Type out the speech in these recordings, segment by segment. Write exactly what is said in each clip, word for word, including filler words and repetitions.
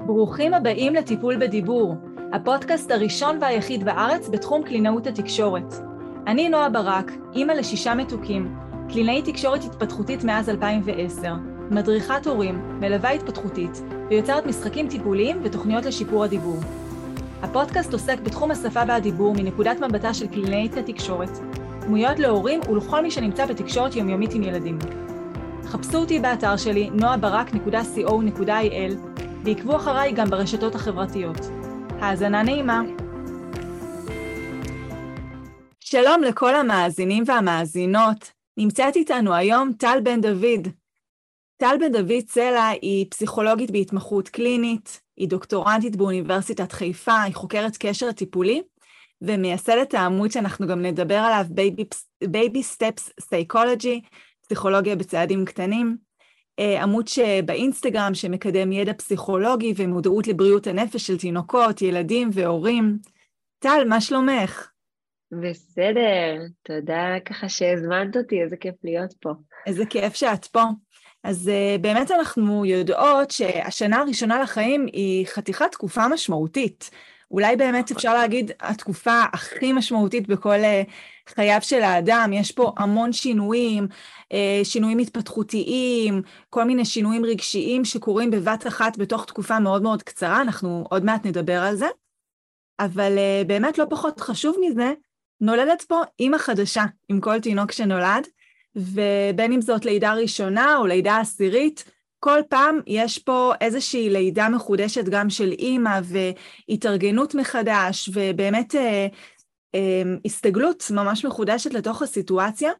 ברוכים הבאים לטיפול בדיבור, הפודקאסט הראשון והיחיד בארץ בתחום קלינאות התקשורת. אני נועה ברק, אימא לשישה מתוקים, קלינאית תקשורת התפתחותית מאז אלפיים ועשר, מדריכת הורים, מלווה התפתחותית, ויוצרת משחקים טיפוליים ותוכניות לשיפור הדיבור. הפודקאסט עוסק בתחום השפה והדיבור מנקודת מבטה של קלינאית התקשורת, דמויות להורים ולכל מי שנמצא בתקשורת יומיומית עם ילדים. חפשו אותי באתר שלי נועה ברק נקודה סי או נקודה איי אל ועקבו אחריי גם ברשתות החברתיות. האזנה נעימה. שלום לכל המאזינים והמאזינות. נמצאת איתנו היום טל בן דוד. טל בן דוד סלע היא פסיכולוגית בהתמחות קלינית, היא דוקטורנטית באוניברסיטת חיפה, היא חוקרת קשר טיפולי, ומייסדת העמוד שאנחנו גם נדבר עליו, Baby, Baby Steps Psychology, פסיכולוגיה בצעדים קטנים, עמוד שבאינסטגרם שמקדם ידע פסיכולוגי ומודעות לבריאות הנפש של תינוקות, ילדים והורים. טל, מה שלומך? בסדר, תודה ככה שהזמנת אותי, איזה כיף להיות פה. איזה כיף שאת פה. אז באמת אנחנו יודעות שהשנה הראשונה לחיים היא חתיכת תקופה משמעותית. אולי באמת אפשר להגיד התקופה הכי משמעותית בכל חייו של האדם. יש פה המון שינויים, שינויים התפתחותיים, כל מיני שינויים רגשיים שקורים בבת אחת בתוך תקופה מאוד מאוד קצרה, אנחנו עוד מעט נדבר על זה. אבל באמת לא פחות חשוב מזה, נולדת פה אמא חדשה עם כל תינוק שנולד, ובין אם זאת לידה ראשונה או לידה עשירית, כל פעם יש פה איזושהי לידה מחודשת גם של אימא והתארגנות מחדש, ובאמת אה, אה, הסתגלות ממש מחודשת לתוך הסיטואציה.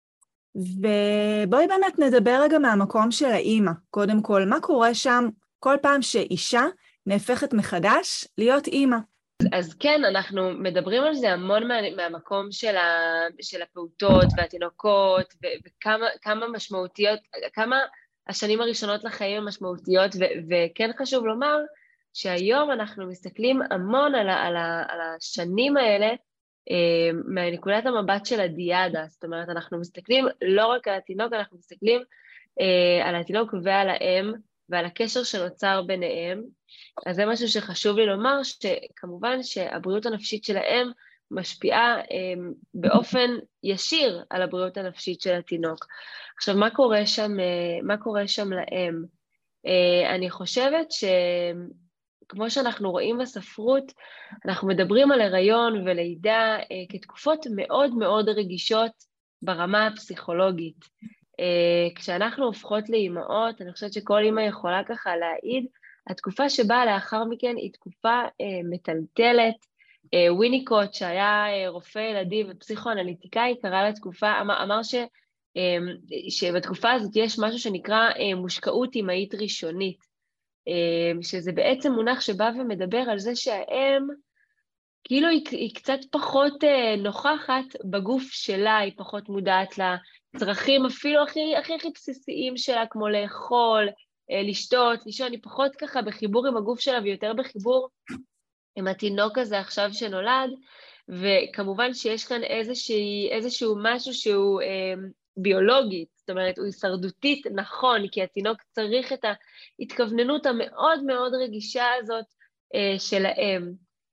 ובואי באמת נדבר רגע מהמקום של האימא. קודם כל, מה קורה שם כל פעם שאישה נהפכת מחדש להיות אימא? אז כן, אנחנו מדברים על זה המון מה, מהמקום של, ה, של הפעוטות והתינוקות, ו, וכמה כמה משמעותיות, כמה השנים הראשונות לחיים המשמעותיות, ו, וכן חשוב לומר שהיום אנחנו מסתכלים המון על, ה, על, ה, על השנים האלה, אה, מנקודת המבט של הדיאדה, זאת אומרת, אנחנו מסתכלים לא רק על התינוק, אנחנו מסתכלים אה, על התינוק ועל האם, ועל הקשר שנוצר ביניהם. אז זה משהו שחשוב לי לומר, שכמובן שהבריאות הנפשית שלהם משפיעה אה, באופן ישיר על הבריאות הנפשית של התינוק. עכשיו, מה קורה שם, אה, מה קורה שם להם? אה, אני חושבת שכמו שאנחנו רואים בספרות, אנחנו מדברים על הריון ולידה אה, כתקופות מאוד מאוד רגישות ברמה הפסיכולוגית. Uh, כשאנחנו הופכות לאימהות, אני חושבת שכל אימא יכולה ככה להעיד, התקופה שבאה לאחר מכן היא תקופה uh, מטלטלת. uh, ויניקוט, שהיה uh, רופא ילדים ופסיכואנליטיקאי, קרא לתקופה, אמר, אמר ש, uh, שבתקופה הזאת יש משהו שנקרא uh, מושקעות אימהית ראשונית, uh, שזה בעצם מונח שבא ומדבר על זה שהאם, כאילו היא, היא קצת פחות uh, נוכחת בגוף שלה, היא פחות מודעת לה, צרכים אפילו הכי, הכי הכי בסיסיים שלה, כמו לאכול, לשתות, לישון, היא פחות ככה בחיבור עם הגוף שלה, ויותר בחיבור עם התינוק הזה עכשיו שנולד, וכמובן שיש כאן איזשהו, איזשהו משהו שהוא אה, ביולוגי, זאת אומרת, הוא הישרדותית, נכון, כי התינוק צריך את ההתכווננות המאוד מאוד רגישה הזאת אה, שלהם.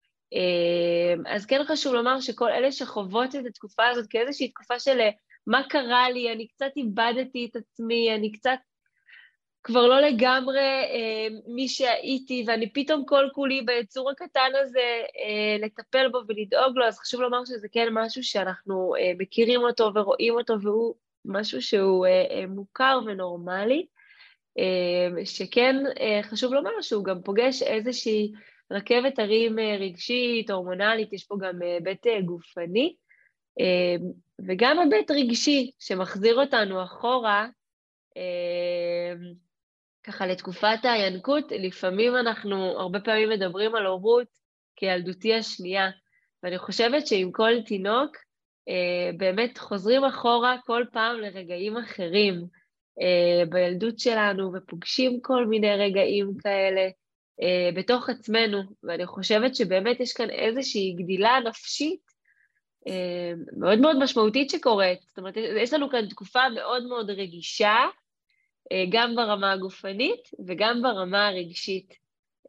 אה, אז כן חשוב לומר שכל אלה שחוות את התקופה הזאת כאיזושהי תקופה של מה קרה לי, אני קצת איבדתי את עצמי, אני קצת כבר לא לגמרי אה, מי שהייתי, ואני פתאום כל כולי ביצור הקטן הזה אה, לטפל בו ולדאוג לו, אז חשוב לומר שזה כן משהו שאנחנו אה, מכירים אותו ורואים אותו, והוא משהו שהוא אה, אה, מוכר ונורמלי, אה, שכן אה, חשוב לומר שהוא גם פוגש איזושהי רכבת הרים אה, רגשית, הורמונלית, יש פה גם היבט אה, גופני, אה, וגם היבט רגשי שמחזיר אותנו אחורה, אה, ככה לתקופת הינקות. לפעמים אנחנו הרבה פעמים מדברים על הורות כילדותי השנייה, ואני חושבת שעם כל תינוק אה, באמת חוזרים אחורה כל פעם לרגעים אחרים אה, בילדות שלנו, ופוגשים כל מיני רגעים כאלה אה, בתוך עצמנו, ואני חושבת שבאמת יש כאן איזושהי גדילה נפשית מאוד מאוד משמעותית שקורית. זאת אומרת, יש לנו כאן תקופה מאוד מאוד רגישה, גם ברמה הגופנית וגם ברמה הרגשית.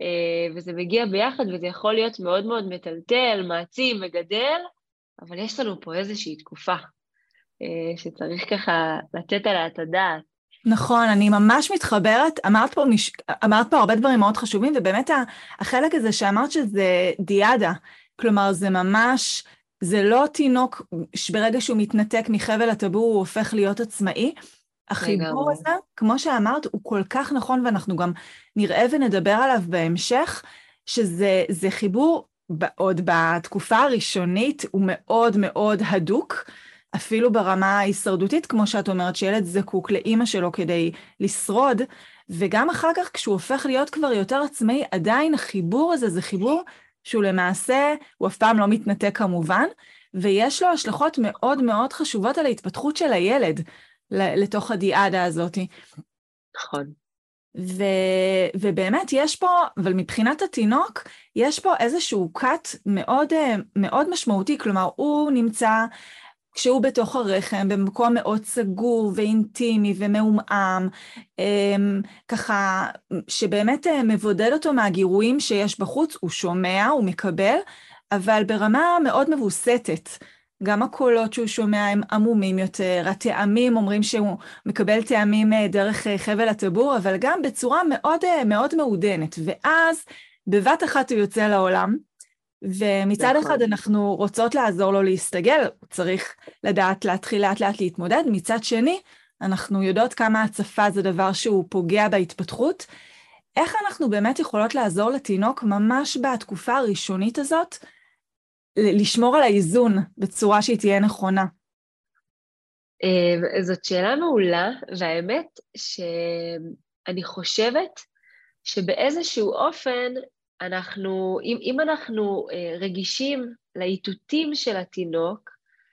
וזה מגיע ביחד, וזה יכול להיות מאוד מאוד מטלטל, מעצים וגדל, אבל יש לנו פה איזושהי תקופה, שצריך ככה לתת עליה את הדעת. נכון, אני ממש מתחברת, אמרת פה, מש... אמרת פה הרבה דברים מאוד חשובים, ובאמת החלק הזה שאמרת שזה דיאדה, כלומר זה ממש, זה לא תינוק שברגע שהוא מתנתק מחבל הטבור הוא הופך להיות עצמאי, החיבור הזה, כמו שאמרת, הוא כל כך נכון, ואנחנו גם נראה ונדבר עליו בהמשך, שזה זה חיבור עוד בתקופה הראשונית, הוא מאוד מאוד הדוק, אפילו ברמה ההישרדותית, כמו שאת אומרת, שילד זקוק לאמא שלו כדי לשרוד, וגם אחר כך כשהוא הופך להיות כבר יותר עצמאי, עדיין החיבור הזה זה חיבור שהוא למעשה, הוא אף פעם לא מתנתק כמובן, ויש לו השלכות מאוד מאוד חשובות על ההתפתחות של הילד, לתוך הדיאדה הזאת. נכון. ו, ובאמת יש פה, אבל מבחינת התינוק, יש פה איזשהו קאט מאוד, מאוד משמעותי, כלומר הוא נמצא, כשהוא בתוך הרחם, במקום מאוד סגור ואינטימי ומעומעם, ככה שבאמת מבודד אותו מהגירויים שיש בחוץ, הוא שומע, הוא מקבל, אבל ברמה מאוד מבוסתת. גם הקולות שהוא שומע הם עמומים יותר, הטעמים אומרים שהוא מקבל טעמים דרך חבל הטבור, אבל גם בצורה מאוד מאוד מעודנת, ואז בבת אחת הוא יוצא לעולם, ומצד נכון. אחד אנחנו רוצות לעזור לו להסתגל, הוא צריך לדעת להתחיל לאט לאט להתמודד, מצד שני אנחנו יודעות כמה הצפה זה דבר שהוא פוגע בהתפתחות, איך אנחנו באמת יכולות לעזור לתינוק ממש בתקופה הראשונית הזאת, לשמור על האיזון בצורה שהיא תהיה נכונה? זאת שאלה מעולה, והאמת שאני חושבת שבאיזשהו אופן אנחנו, אם, אם אנחנו רגישים לאיתותים של התינוק,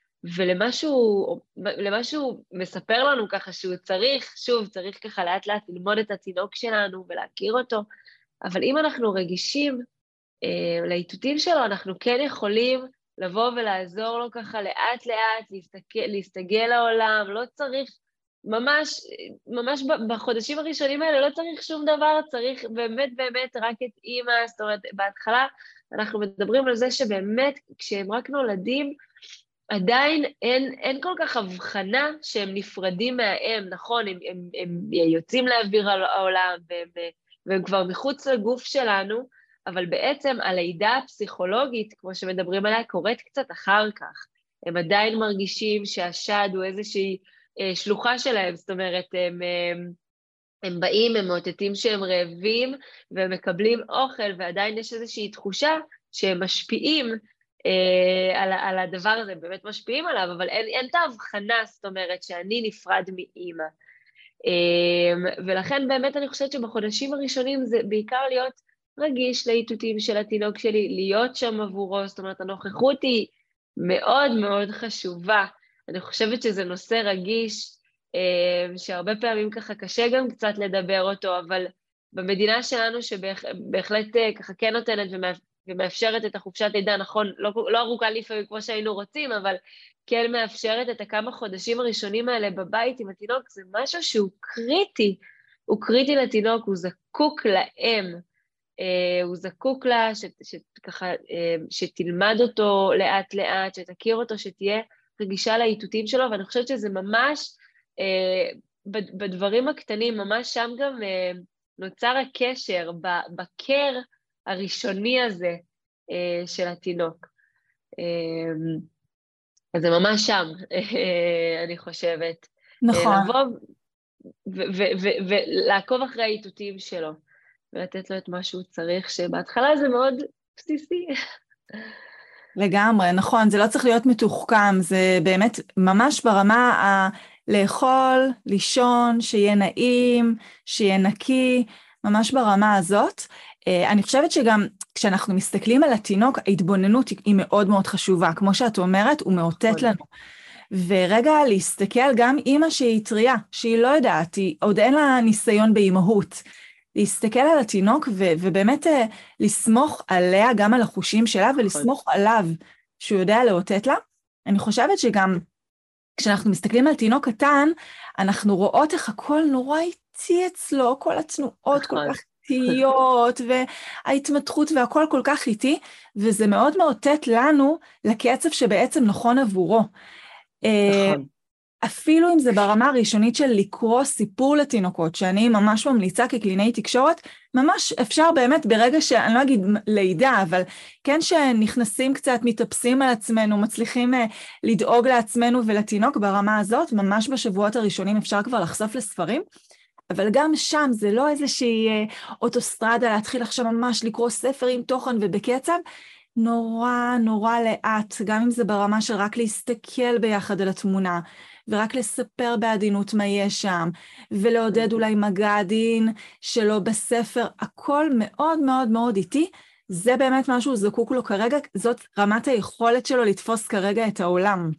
ולמשהו למשהו מספר לנו ככה שהוא צריך, שוב, צריך ככה לאט לאט ללמוד את התינוק שלנו ולהכיר אותו, אבל אם אנחנו רגישים לאיתותים שלו, אנחנו כן יכולים לבוא ולעזור לו ככה לאט לאט, להסתכל, להסתגל לעולם, לא צריך, ממש, ממש בחודשים הראשונים האלה לא צריך שום דבר, צריך באמת באמת רק את אימא, זאת אומרת, בהתחלה אנחנו מדברים על זה שבאמת כשהם רק נולדים, עדיין אין, אין כל כך הבחנה שהם נפרדים מהאם, נכון, הם, הם, הם יוצאים לאוויר העולם, והם, והם כבר מחוץ לגוף שלנו, אבל בעצם הלידה הפסיכולוגית, כמו שמדברים עליה, קורית קצת אחר כך. הם עדיין מרגישים שהשד הוא איזושהי אה, שלוחה שלהם, זאת אומרת, הם, הם, הם באים, הם מאותתים שהם רעבים, והם מקבלים אוכל, ועדיין יש איזושהי תחושה שהם משפיעים אה, על, על הדבר הזה, באמת משפיעים עליו, אבל אין, אין את ההבחנה, זאת אומרת, שאני נפרד מאמא. אה, ולכן באמת אני חושבת שבחודשים הראשונים זה בעיקר להיות רגיש לאיתותים של התינוק שלי, להיות שם עבורו, זאת אומרת, הנוכחות היא מאוד מאוד חשובה. אני חושבת שזה נושא רגיש, שהרבה פעמים ככה קשה גם קצת לדבר אותו, אבל במדינה שלנו שבהחלט ככה כן נותנת ומאפשרת את החופשת לידה, נכון, לא, לא ארוכה לפעמים כמו שהיינו רוצים, אבל כן מאפשרת את הכמה חודשים הראשונים האלה בבית עם התינוק, זה משהו שהוא קריטי, הוא קריטי לתינוק, הוא זקוק לאם, Uh, הוא זקוק לה, ש, שככה, uh, שתלמד אותו לאט לאט, שתכיר אותו, שתהיה רגישה לאיתותים שלו, ואני חושבת שזה ממש, uh, בדברים הקטנים, ממש שם גם uh, נוצר הקשר, בקר הראשוני הזה uh, של התינוק. Uh, אז זה ממש שם, uh, אני חושבת. נכון. Uh, לבוא ולעקוב אחרי האיתותים שלו. ולתת לו את מה שהוא צריך, שבהתחלה זה מאוד בסיסי. לגמרי, נכון, זה לא צריך להיות מתוחכם, זה באמת ממש ברמה ה... לאכול, לישון, שיהיה נעים, שיהיה נקי, ממש ברמה הזאת. אני חושבת שגם כשאנחנו מסתכלים על התינוק, ההתבוננות היא מאוד מאוד חשובה, כמו שאת אומרת, הוא מאותת לנו. ורגע להסתכל גם אמא שהיא טריה, שהיא לא יודעת, היא עוד אין לה ניסיון באימהות, להסתכל על התינוק ו- ובאמת uh, לסמוך עליה, גם על החושים שלה, ולסמוך עליו שהוא יודע לאותת לה. אני חושבת שגם כשאנחנו מסתכלים על תינוק קטן, אנחנו רואות איך הכל נורא איטי אצלו, כל התנועות כל כך איטיות, וההתמתחות והכל כל כך איטי, וזה מאוד מאותת לנו לקצב שבעצם נכון עבורו. נכון. אפילו אם זה ברמה הראשונית של לקרוא סיפור לתינוקות, שאני ממש ממליצה כקלינאי תקשורת, ממש אפשר באמת ברגע שאני לא אגיד לידה, אבל כן שנכנסים קצת, מתאפסים על עצמנו, מצליחים uh, לדאוג לעצמנו ולתינוק ברמה הזאת, ממש בשבועות הראשונים אפשר כבר לחשוף לספרים, אבל גם שם זה לא איזושהי uh, אוטוסטרדה להתחיל עכשיו ממש לקרוא ספר עם תוכן ובקצב, נורא נורא לאט, גם אם זה ברמה של רק להסתכל ביחד על התמונה, ורק לספר בעדינות מה יש שם, ולעודד אולי מגע עדין שלו בספר, הכל מאוד מאוד מאוד איטי, זה באמת משהו זקוק לו כרגע, זאת רמת היכולת שלו לתפוס כרגע את העולם.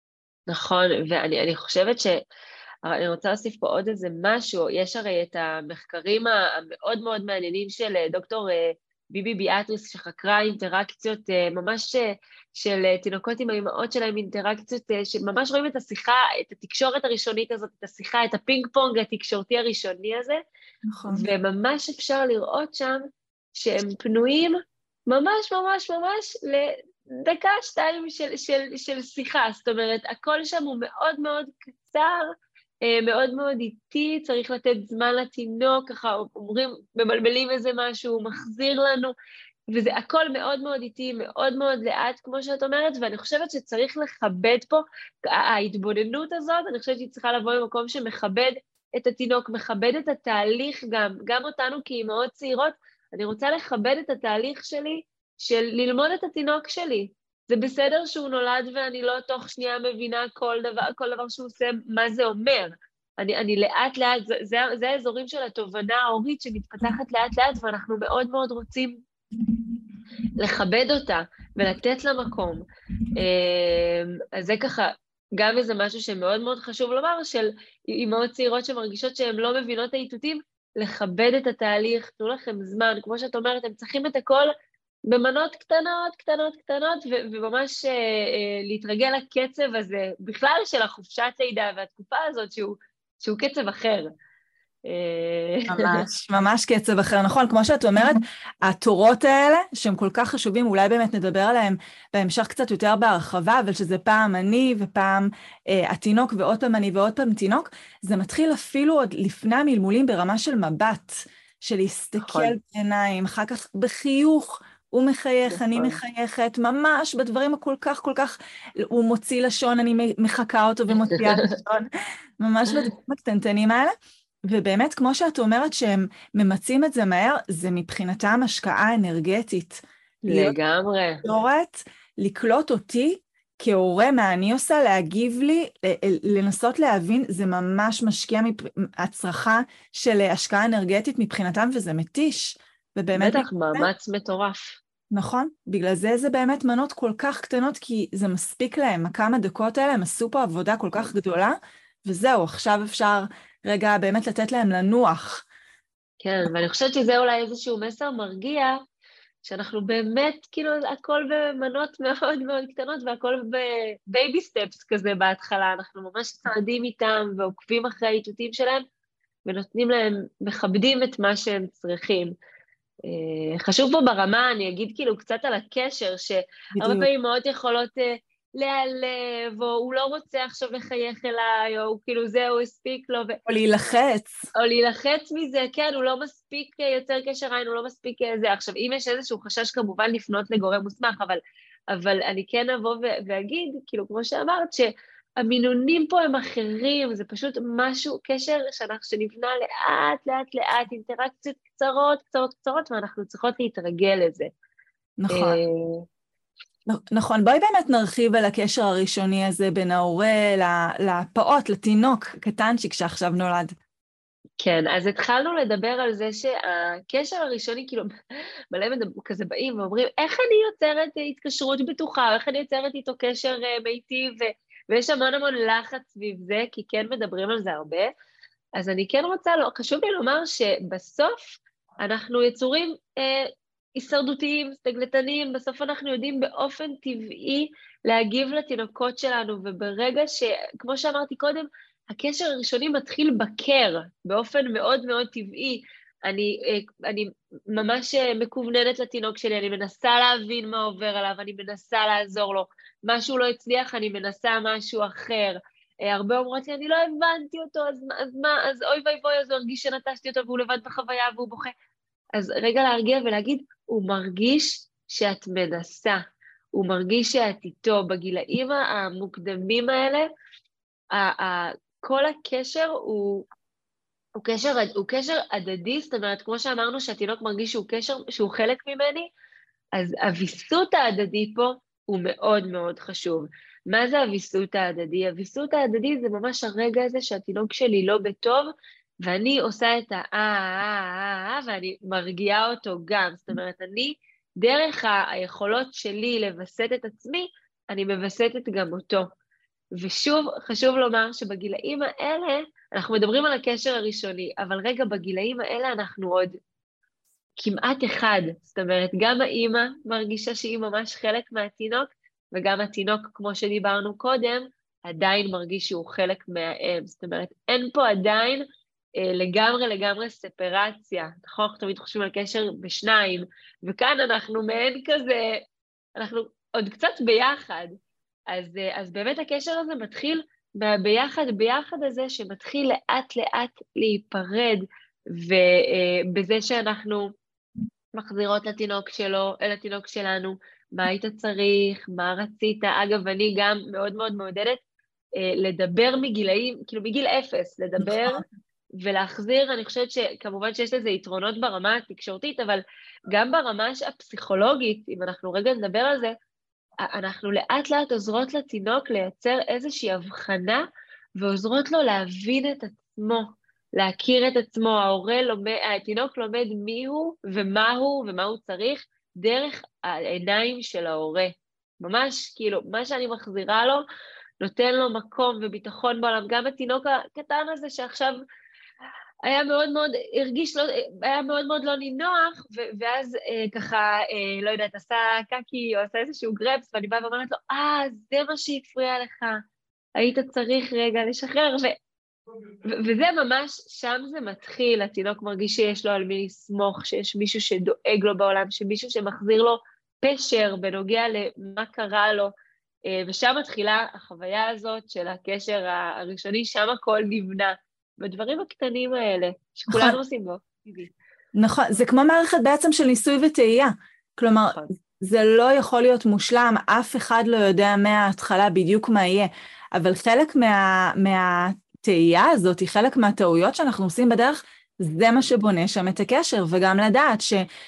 נכון, ואני אני חושבת ש... אני רוצה להוסיף פה עוד איזה משהו, יש הרי את המחקרים המאוד מאוד מעניינים של דוקטור ביבי ביאטריס, שחקרה אינטראקציות ממש של תינוקות עם האימהות שלהם, אינטראקציות שממש רואים את השיחה, את התקשורת הראשונית הזאת, את השיחה, את הפינג פונג התקשורתי הראשוני הזה, נכון. וממש אפשר לראות שם שהם פנויים ממש ממש ממש לדקה, שתיים של, של, של שיחה, זאת אומרת, הכל שם הוא מאוד מאוד קצר, מאוד מאוד איטי, צריך לתת זמן לתינוק, ככה אומרים, מבלבלים איזה משהו, הוא מחזיר לנו, וזה הכל מאוד מאוד איטי, מאוד מאוד לאט, כמו שאת אומרת, ואני חושבת שצריך לכבד פה, ההתבוננות הזאת, אני חושבת שהיא צריכה לבוא במקום שמכבד את התינוק, מכבד את התהליך גם, גם אותנו כאימהות צעירות, אני רוצה לכבד את התהליך שלי, של ללמוד את התינוק שלי, זה בסדר שהוא נולד ואני לא תוך שנייה מבינה כל דבר, כל דבר שהוא עושה, מה זה אומר. אני, אני לאט לאט, זה, זה, זה האזורים של התובנה ההורית שמתפתחת לאט לאט, ואנחנו מאוד מאוד רוצים לכבד אותה ולתת לה מקום. אז זה ככה, גם איזה משהו שמאוד מאוד חשוב לומר, של אימהות צעירות שמרגישות שהן לא מבינות האיתותים, לכבד את התהליך, תנו לכם זמן, כמו שאת אומרת, הם צריכים את הכל, במנות קטנות, קטנות, קטנות, ו- וממש אה, אה, להתרגל לקצב הזה, בכלל של החופשת לידה והתקופה הזאת, שהוא, שהוא קצב אחר. ממש, ממש קצב אחר, נכון, כמו שאת אומרת, התורות האלה, שהם כל כך חשובים, אולי באמת נדבר עליהם בהמשך קצת יותר בהרחבה, אבל שזה פעם אני ופעם אה, התינוק, ועוד פעם אני ועוד פעם תינוק, זה מתחיל אפילו עוד לפני המלמולים ברמה של מבט, של להסתכל בעיניים, אחר כך בחיוך, הוא מחייך, אני מחייכת, ממש בדברים הכל כך, כל כך, הוא מוציא לשון, אני מחכה אותו ומוציאה לשון, ממש בדברים הקטנטנים האלה, ובאמת, כמו שאת אומרת שהם ממצים את זה מהר, זה מבחינתם השקעה אנרגטית. לגמרי. להיות, לקלוט אותי כהורה, מה אני עושה, להגיב לי, לנסות להבין, זה ממש משקיע הצרכה של השקעה אנרגטית מבחינתם, וזה מתיש. ובאמת... בטח, מאמץ מטורף. נכון, בגלל זה זה באמת מנות כל כך קטנות, כי זה מספיק להם, הכמה דקות האלה, הם עשו פה עבודה כל כך גדולה, וזהו, עכשיו אפשר רגע באמת לתת להם לנוח. כן, ואני חושבת שזה אולי איזשהו מסר מרגיע, שאנחנו באמת, כאילו, הכל במנות מאוד מאוד קטנות, והכל בבייבי סטפס כזה בהתחלה, אנחנו ממש צעדים איתם, ועוקבים אחרי האיתותים שלהם, ונותנים להם, מכבדים את מה שהם צריכים. חשוב פה ברמה, אני אגיד כאילו קצת על הקשר, שהרבה פעמים מאוד יכולות להיעלב, או הוא לא רוצה עכשיו לחייך אליי, או כאילו זהו, הספיק לו. ו... או להילחץ. או להילחץ מזה, כן, הוא לא מספיק יוצר קשר עין, הוא לא מספיק זה. עכשיו, אם יש איזשהו חשש כמובן לפנות לגורם מוסמך, אבל, אבל אני כן אבוא ו- ואגיד, כאילו כמו שאמרת, שהמינונים פה הם אחרים, זה פשוט משהו, קשר שאנחנו, שנבנה לאט, לאט, לאט, אינטראקציות קצרות, קצרות, קצרות, ואנחנו צריכות להתרגל לזה. נכון. נכון, בואי באמת נרחיב על הקשר הראשוני הזה בין ההורה לפעוט, לתינוק קטנצ'יק שעכשיו נולד. כן, אז התחלנו לדבר על זה שהקשר הראשוני, כאילו, מלא מדבר כזה באים ואומרים, איך אני יוצרת התקשרות בטוחה, איך אני יוצרת איתו קשר מיטיב, ויש המון המון לחץ סביב זה, כי כן מדברים על זה הרבה. אז אני כן רוצה, חשוב לי לומר שבסוף אנחנו יצורים אה, הישרדותיים, סטגלטניים, בסוף אנחנו יודעים באופן טבעי להגיב לתינוקות שלנו, וברגע ש, כמו שאמרתי קודם, הקשר הראשוני מתחיל בקר, באופן מאוד מאוד טבעי, אני, אני ממש מקווננת לתינוק שלי, אני מנסה להבין מה עובר עליו, אני מנסה לעזור לו, משהו לא הצליח, אני מנסה משהו אחר. הרבה אומרות לי, אני לא הבנתי אותו, אז, אז מה, אז אוי ואי ואי, אז הוא הרגיש שנטשתי אותו, והוא לבד בחוויה, והוא בוכה. אז רגע להרגיע ולהגיד, הוא מרגיש שאת מנסה, הוא מרגיש שאת איתו. בגילאים המוקדמים האלה, כל הקשר הוא, הוא קשר, הוא קשר הדדי, זאת אומרת, כמו שאמרנו שהתינוק מרגיש שהוא קשר, שהוא חלק ממני, אז הוויסות ההדדי פה הוא מאוד מאוד חשוב. מה זה הוויסות ההדדי? הוויסות ההדדי זה ממש הרגע הזה שהתינוק שלי לא בטוב, ואני עושה את ה-אה-אה-אה-אה, ואני מרגיעה אותו גם. זאת אומרת, אני, דרך היכולות שלי לבסט את עצמי, אני מבסטת גם אותו. ושוב, חשוב לומר שבגילאים האלה, אנחנו מדברים על הקשר הראשוני, אבל רגע, בגילאים האלה אנחנו עוד כמעט אחד. זאת אומרת, גם האמא מרגישה שהיא ממש חלק מהתינוק, וגם התינוק, כמו שדיברנו קודם, עדיין מרגיש שהוא חלק מהאם. זאת אומרת, אין פה עדיין אה, לגמרי לגמרי ספרציה. נכון, אנחנו תמיד חושבים על קשר בשניים, וכאן אנחנו מעין כזה, אנחנו עוד קצת ביחד. אז, אה, אז באמת הקשר הזה מתחיל ב- ביחד, ביחד הזה שמתחיל לאט לאט להיפרד, ובזה אה, שאנחנו מחזירות לתינוק שלו, אל התינוק שלנו, מה היית צריך, מה רצית. אגב, אני גם מאוד מאוד מעודדת אה, לדבר מגילאים, כאילו מגיל אפס, לדבר ולהחזיר. אני חושבת שכמובן שיש לזה יתרונות ברמה התקשורתית, אבל גם ברמה הפסיכולוגית, אם אנחנו רגע נדבר על זה, אנחנו לאט לאט עוזרות לתינוק לייצר איזושהי הבחנה, ועוזרות לו להבין את עצמו, להכיר את עצמו. ההורה לומד, התינוק לומד מי הוא ומה הוא ומה הוא צריך, דרך העיניים של ההורה. ממש, כאילו, מה שאני מחזירה לו, נותן לו מקום וביטחון בעולם. גם התינוק הקטן הזה שעכשיו היה מאוד מאוד, הרגיש לא, היה מאוד מאוד לא נינוח, ו- ואז אה, ככה, אה, לא יודעת, עשה קקי או עשה איזשהו גרפס, ואני באה ואומרת לו, אה, זה מה שהפריע לך, היית צריך רגע לשחרר, ו- ו- וזה ממש, שם זה מתחיל, התינוק מרגיש שיש לו על מי לסמוך, שיש מישהו שדואג לו בעולם, שמישהו שמחזיר לו פשר בנוגע למה קרה לו, אה, ושם מתחילה החוויה הזאת של הקשר הראשוני, שם הכל נבנה. בדברים הקטנים האלה, שכולנו נכון. עושים בו. נכון, זה כמו מערכת בעצם של ניסוי וטעייה. כלומר, נכון. זה לא יכול להיות מושלם, אף אחד לא יודע מההתחלה בדיוק מה יהיה, אבל חלק מה, מהטעייה הזאת, היא חלק מהטעויות שאנחנו עושים בדרך, זה מה שבונה שם את הקשר, וגם לדעת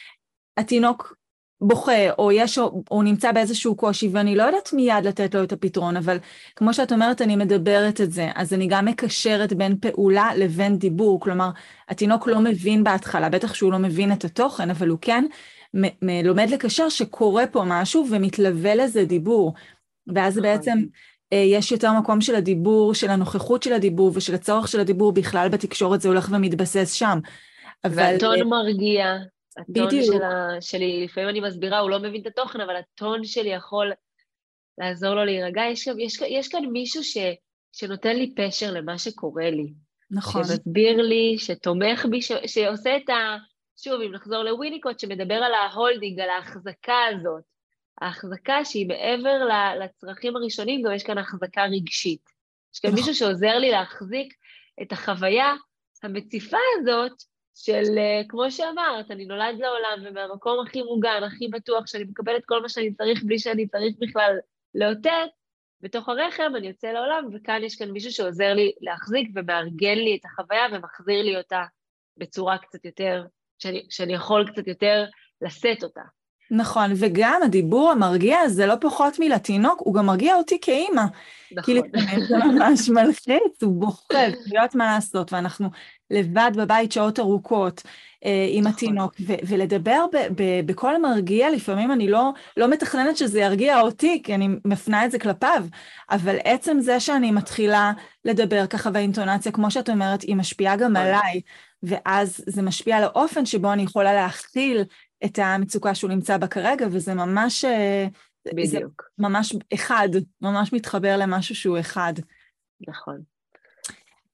שהתינוק בוכה, או יש, או, או נמצא באיזשהו קושי, ואני לא יודעת מיד לתת לו את הפתרון, אבל כמו שאת אומרת, אני מדברת את זה, אז אני גם מקשרת בין פעולה לבין דיבור, כלומר, התינוק לא מבין בהתחלה, בטח שהוא לא מבין את התוכן, אבל הוא כן מ- מ- לומד לקשר שקורה פה משהו, ומתלווה לזה דיבור, ואז בעצם יש יותר מקום של הדיבור, של הנוכחות של הדיבור, ושל הצורך של הדיבור בכלל בתקשורת, זה הולך ומתבסס שם. אבל... והטון מרגיע. הטון בדיוק. שלה, שלי, לפעמים אני מסבירה, הוא לא מבין את התוכן, אבל הטון שלי יכול לעזור לו להירגע. יש, יש, יש כאן מישהו ש, שנותן לי פשר למה שקורה לי. נכון. שמסביר לי, שתומך בי, ש, שעושה את ה... שוב, אם נחזור לוויניקוט, שמדבר על ההולדינג, על ההחזקה הזאת. ההחזקה שהיא מעבר לצרכים הראשונים, גם יש כאן החזקה רגשית. יש כאן מישהו שעוזר לי להחזיק את החוויה המציפה הזאת, של, כמו שאמרת, אני נולד לעולם, ומהמקום הכי מוגן, הכי בטוח, שאני מקבלת כל מה שאני צריך, בלי שאני צריך בכלל לאותת, בתוך הרחם אני יוצא לעולם, וכאן יש כאן מישהו שעוזר לי להחזיק, ומארגן לי את החוויה, ומחזיר לי אותה בצורה קצת יותר, שאני, שאני יכול קצת יותר לשאת אותה. נכון, וגם הדיבור המרגיע זה לא פחות מלתינוק, הוא גם מרגיע אותי כאימא. נכון. כי לפעמים זה ממש מלחיץ, הוא בוחר, להיות מה לעשות, ואנחנו לבד בבית שעות ארוכות אה, עם נכון. התינוק, ו- ולדבר ב- ב- בכל מרגיע, לפעמים אני לא, לא מתכננת שזה ירגיע אותי, כי אני מפנה את זה כלפיו, אבל עצם זה שאני מתחילה לדבר ככה, והאינטונציה, כמו שאת אומרת, היא משפיעה גם נכון. עליי, ואז זה משפיע על האופן שבו אני יכולה להכיל את המצוקה שהוא נמצא בה כרגע, וזה ממש, בדיוק. זה ממש אחד, ממש מתחבר למשהו שהוא אחד. נכון.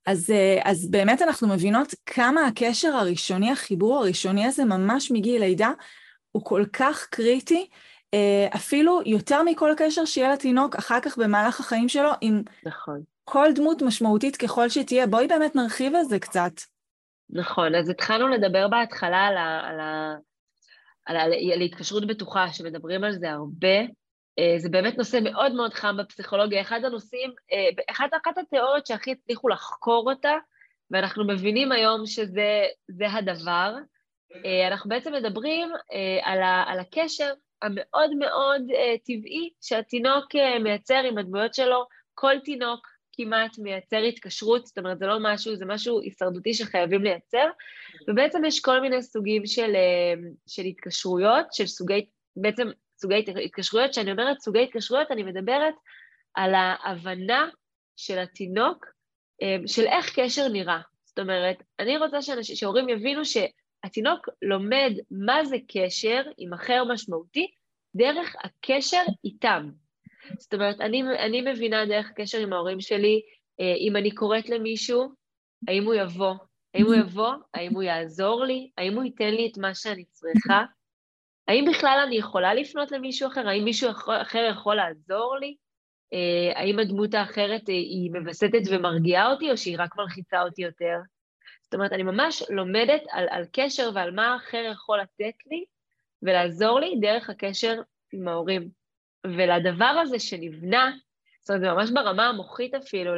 אז, אז באמת אנחנו מבינות כמה הקשר הראשוני, החיבור הראשוני הזה, ממש מגיל לידה, הוא כל כך קריטי, אפילו יותר מכל קשר שיהיה לתינוק אחר כך במהלך החיים שלו, עם נכון. כל דמות משמעותית ככל שתהיה. בואי באמת נרחיב על זה קצת. נכון, אז התחלנו לדבר בהתחלה על, ה, על, ה, על, ה, על התקשרות בטוחה, שמדברים על זה הרבה. זה באמת נושא מאוד מאוד חם בפסיכולוגיה. אחד הנושאים, אחת, אחת התיאוריות שהכי הצליחו לחקור אותה, ואנחנו מבינים היום שזה זה הדבר, אנחנו בעצם מדברים על, ה, על הקשר המאוד מאוד טבעי שהתינוק מייצר עם הדמויות שלו. כל תינוק כמעט מייצר התקשרות, זאת אומרת, זה לא משהו, זה משהו הישרדותי שחייבים לייצר, ובעצם יש כל מיני סוגים של, של התקשרויות, של סוגי, בעצם סוגי התקשרויות, שאני אומרת סוגי התקשרויות, אני מדברת על ההבנה של התינוק, של איך קשר נראה. זאת אומרת, אני רוצה שאנשים, שהורים יבינו שהתינוק לומד מה זה קשר עם אחר משמעותי, דרך הקשר איתם. זאת אומרת, אני, אני מבינה דרך הקשר עם ההורים שלי, אם אני קוראת למישהו, האם הוא יבוא, האם הוא יבוא, האם הוא יעזור לי, האם הוא ייתן לי את מה שאני צריכה, האם בכלל אני יכולה לפנות למישהו אחר, האם מישהו אחר יכול לעזור לי, האם הדמות האחרת היא מבסטת ומרגיעה אותי, או שהיא רק מלחיצה אותי יותר. זאת אומרת, אני ממש לומדת על, על קשר ועל מה האחר יכול לתת לי, ולעזור לי דרך הקשר עם ההורים. ולדבר הזה שנבנה, זאת אומרת, זה ממש ברמה המוחית אפילו,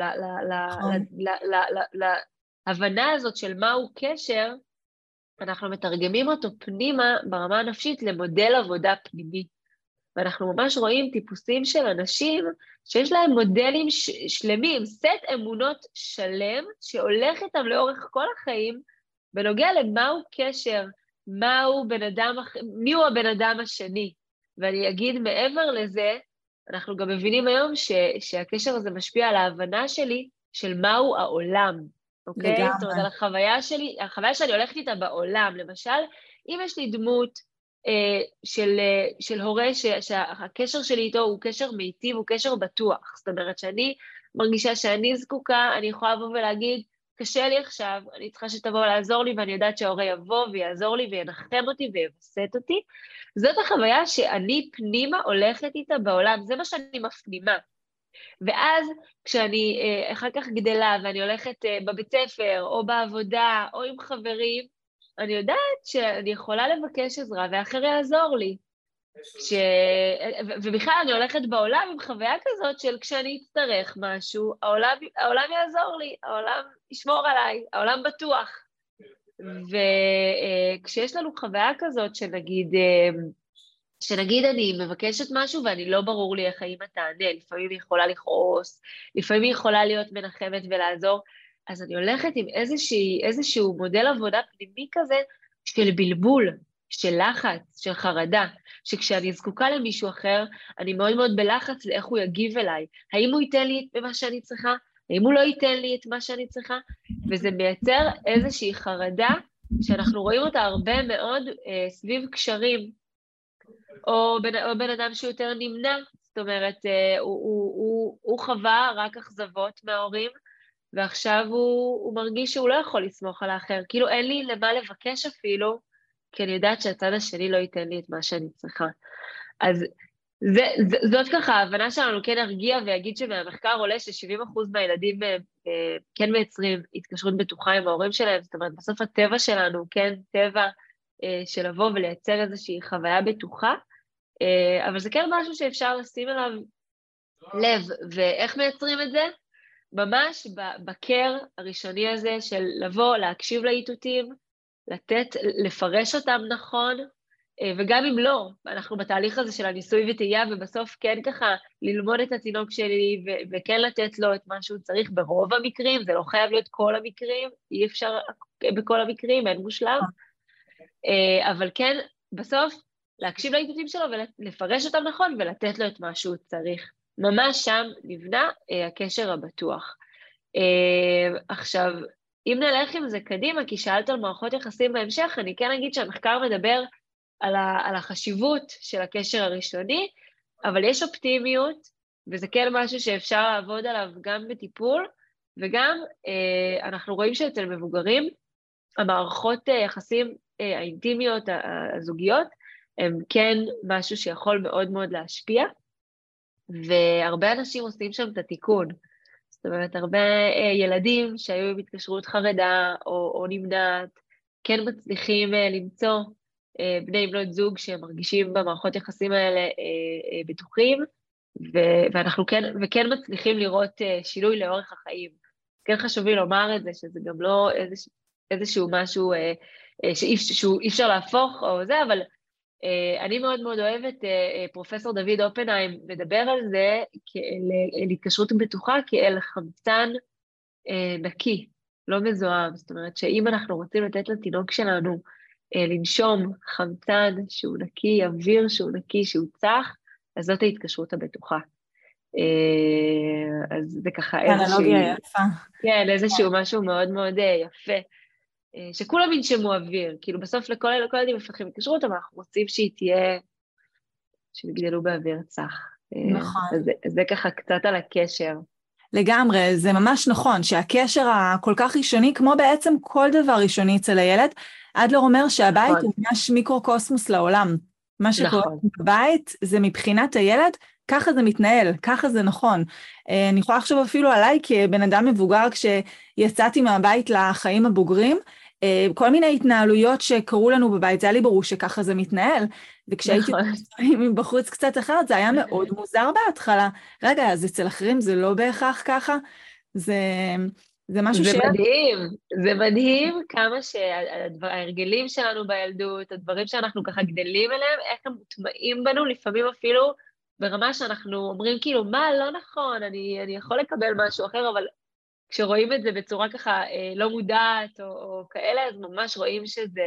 להבנה הזאת של מהו קשר, אנחנו מתרגמים אותו פנימה ברמה הנפשית למודל עבודה פנימי. ואנחנו ממש רואים טיפוסים של אנשים שיש להם מודלים שלמים, סט אמונות שלם, שהולך איתם לאורך כל החיים, בנוגע למהו קשר, מהו בן אדם, מי הוא הבן אדם השני. ואני אגיד מעבר לזה, אנחנו גם מבינים היום ש, שהקשר הזה משפיע על ההבנה שלי של מהו העולם, אוקיי? לגמרי. זאת אומרת, על החוויה שלי, החוויה שאני הולכת איתה בעולם, למשל, אם יש לי דמות אה, של, אה, של הורה ש, שהקשר שלי איתו הוא קשר מיטיב, הוא קשר בטוח, זאת אומרת שאני מרגישה שאני זקוקה, אני יכולה לבוא ולהגיד, קשה לי עכשיו, אני צריכה שתבוא לעזור לי, ואני יודעת שההורה יבוא ויעזור לי וינחם אותי ויבסט אותי. זאת החוויה שאני פנימה הולכת איתה בעולם, זה מה שאני מפנימה. ואז כשאני אה, אחר כך גדלה ואני הולכת אה, בבית ספר או בעבודה או עם חברים, אני יודעת שאני יכולה לבקש עזרה ואחר יעזור לי. ש... ובכלל אני הולכת בעולם עם חוויה כזאת של כשאני אצטרך משהו, העולם, העולם יעזור לי, העולם ישמור עליי, העולם בטוח. וכשיש לנו חוויה כזאת שנגיד, שנגיד אני מבקשת משהו ואני לא ברור לי איך האמא תענה, לפעמים היא יכולה לכעוס, לפעמים היא יכולה להיות מנחמת ולעזור, אז אני הולכת עם איזושהי, איזשהו מודל עבודה פנימי כזה של בלבול, של לחץ, של חרדה, שכשאני זקוקה למישהו אחר, אני מאוד מאוד בלחץ לאיך הוא יגיב אליי, האם הוא ייתן לי את מה שאני צריכה, האם הוא לא ייתן לי את מה שאני צריכה, וזה מייצר איזושהי חרדה, שאנחנו רואים אותה הרבה מאוד אה, סביב קשרים, או בן, או בן אדם שיותר נמנע, זאת אומרת, אה, הוא, הוא, הוא, הוא חווה רק אכזבות מההורים, ועכשיו הוא, הוא מרגיש שהוא לא יכול לסמוך על האחר, כאילו אין לי למה לבקש אפילו, כי אני יודעת שהצד השני לא ייתן לי את מה שאני צריכה. אז זה, זה, זאת ככה, ההבנה שלנו כן הרגיע ויגיד שמהמחקר עולה ש-שבעים אחוז מהילדים אה, אה, כן מייצרים התקשרות בטוחה עם ההורים שלהם, זאת אומרת, בסוף הטבע שלנו, כן, טבע אה, של לבוא ולייצר איזושהי חוויה בטוחה, אה, אבל זה כן משהו שאפשר לשים אליו לב, ואיך מייצרים את זה? ממש בקר הראשוני הזה של לבוא, להקשיב לאיתותים, לתת, לפרש אותם נכון, וגם אם לא, אנחנו בתהליך הזה של הניסוי וטעייה, ובסוף כן ככה ללמוד את התינוק שלי, ו- וכן לתת לו את מה שהוא צריך ברוב המקרים, זה לא חייב להיות כל המקרים, אי אפשר בכל המקרים, אין מושלם, אבל כן, בסוף להקשיב לאיתותים שלו ולפרש אותם נכון, ולתת לו את מה שהוא צריך. ממש שם נבנה הקשר הבטוח. עכשיו, אם נלך עם זה קדימה, כי שאלת על מערכות יחסים בהמשך, אני כן אגיד שהמחקר מדבר על, ה, על החשיבות של הקשר הראשוני, אבל יש אופטימיות, וזה כן משהו שאפשר לעבוד עליו גם בטיפול, וגם אנחנו רואים שאצל מבוגרים, המערכות יחסים האינטימיות, הזוגיות, הם כן משהו שיכול מאוד מאוד להשפיע, והרבה אנשים עושים שם את התיקון. זאת אומרת, הרבה ילדים שהיו עם התקשרות חרדה או, או נמנעת, כן מצליחים למצוא בני בנות זוג שהם מרגישים במערכות יחסים האלה בטוחים, ואנחנו כן, וכן מצליחים לראות שינוי לאורך החיים. כן חשוב לי לומר את זה, שזה גם לא איזשהו, איזשהו משהו שאי אפשר להפוך או זה, אבל אני מאוד מאוד אוהבת, פרופסור דוד אופנהיים מדבר על זה, כאל התקשרות בטוחה, כאל חמצן נקי, לא מזוהם. זאת אומרת שאם אנחנו רוצים לתת לתינוק שלנו לנשום חמצן שהוא נקי, אוויר שהוא נקי, שהוא צח, אז זאת ההתקשרות הבטוחה. אז זה ככה איזשהו... יפה. כן, איזשהו משהו מאוד מאוד יפה. שכולם ינשמו אוויר, כאילו בסוף לכל ילדים מפתחים התקשרות, אבל אנחנו רוצים שהיא תהיה, שיגדלו באוויר צח. נכון. אז, אז זה ככה קצת על הקשר. לגמרי, זה ממש נכון, שהקשר הכל כך ראשוני, כמו בעצם כל דבר ראשוני אצל הילד, אדלר אומר שהבית נכון. הוא ממש מיקרו-קוסמוס לעולם. מה שקורה נכון. בבית זה מבחינת הילד, ככה זה מתנהל, ככה זה נכון. אני יכולה לחשוב אפילו עליי כבן אדם מבוגר, כשיצאתי מהבית לחיים הבוגרים, כל מיני התנהלויות שקרו לנו בבית, זה היה לי ברור שככה זה מתנהל, וכשהייתי נכון. בחוץ קצת אחרת, זה היה מאוד מוזר בהתחלה. רגע, אז אצל אחרים זה לא בהכרח ככה, זה, זה משהו זה ש... זה מדהים, זה מדהים כמה שההרגלים שלנו בילדות, הדברים שאנחנו ככה גדלים אליהם, איך הם מוטמעים בנו, לפעמים אפילו ברמה שאנחנו אומרים כאילו, מה לא נכון, אני, אני יכול לקבל משהו אחר, אבל כשרואים את זה בצורה ככה אה, לא מודעת או, או כאלה, אז ממש רואים שזה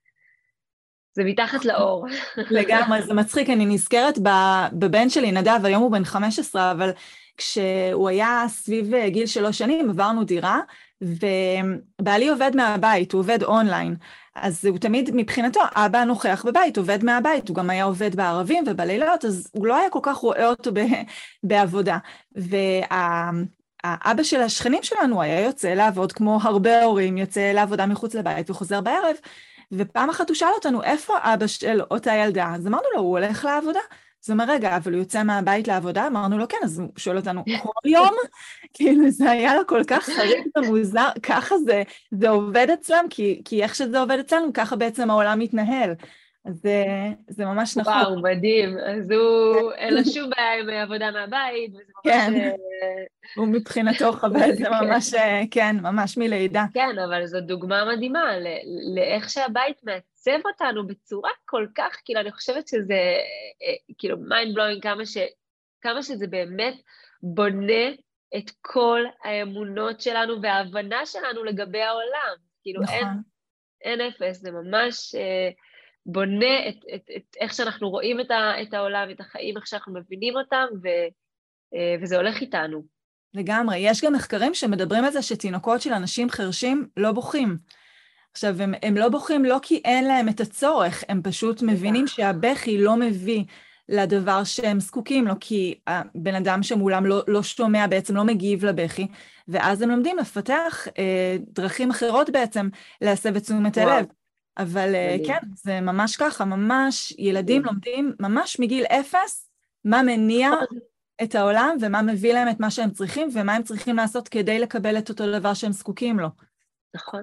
זה מתחת לאור. לגמרי, זה מצחיק, אני נזכרת בבן שלי, נדב, היום הוא בן חמש עשרה, אבל כשהוא היה סביב גיל שלוש שנים, עברנו דירה, ובעלי עובד מהבית, הוא עובד אונליין, אז הוא תמיד מבחינתו, אבא נוכח בבית, עובד מהבית, הוא גם היה עובד בערבים ובלילות, אז הוא לא היה כל כך רואה אותו בעבודה, וה... האבא של השכנים שלנו היה יוצא לעבוד כמו הרבה הורים, יוצא לעבודה מחוץ לבית וחוזר בערב, ופעם אחת הוא שאל אותנו, איפה אבא של אותה ילדה? אז אמרנו לו, הוא הולך לעבודה. אז הוא אומר, רגע, אבל הוא יוצא מהבית לעבודה? אמרנו לו, כן, אז הוא שואל אותנו, כל יום? כאילו, זה היה לו כל כך חריג ומוזר, ככה זה, זה עובד אצלם, כי, כי איך שזה עובד אצלנו, ככה בעצם העולם מתנהל. אז זה, זה ממש נכון. וואו, מדהים. אז הוא, אין לו שום בעיה עם עבודה מהבית, וזה ממש... כן, הוא מבחינתו חווה, זה ממש, כן, ממש מלידה. כן, אבל זו דוגמה מדהימה, לאיך שהבית מעצב אותנו בצורה כל כך, כאילו, אני חושבת שזה, כאילו, mind blowing, כמה ש, כמה שזה באמת בונה את כל האמונות שלנו, וההבנה שלנו לגבי העולם. כאילו, נכון. אין, אין אפס, זה ממש... בונה את, את, את איך שאנחנו רואים את, ה, את העולם, את החיים, איך שאנחנו מבינים אותם, ו, וזה הולך איתנו. לגמרי. יש גם מחקרים שמדברים על זה שתינוקות של אנשים חרשים לא בוחים. עכשיו, הם, הם לא בוחים לא כי אין להם את הצורך, הם פשוט מבינים שהבכי לא מביא לדבר שהם זקוקים לו, כי הבן אדם שמולם לא, לא שומע, בעצם לא מגיב לבכי, ואז הם לומדים לפתח אה, דרכים אחרות בעצם להסב את תשומת הלב. אבל כן, זה ממש ככה, ממש ילדים לומדים ממש מגיל אפס, מה מניע את העולם ומה מביא להם את מה שהם צריכים, ומה הם צריכים לעשות כדי לקבל את אותו דבר שהם זקוקים לו. נכון.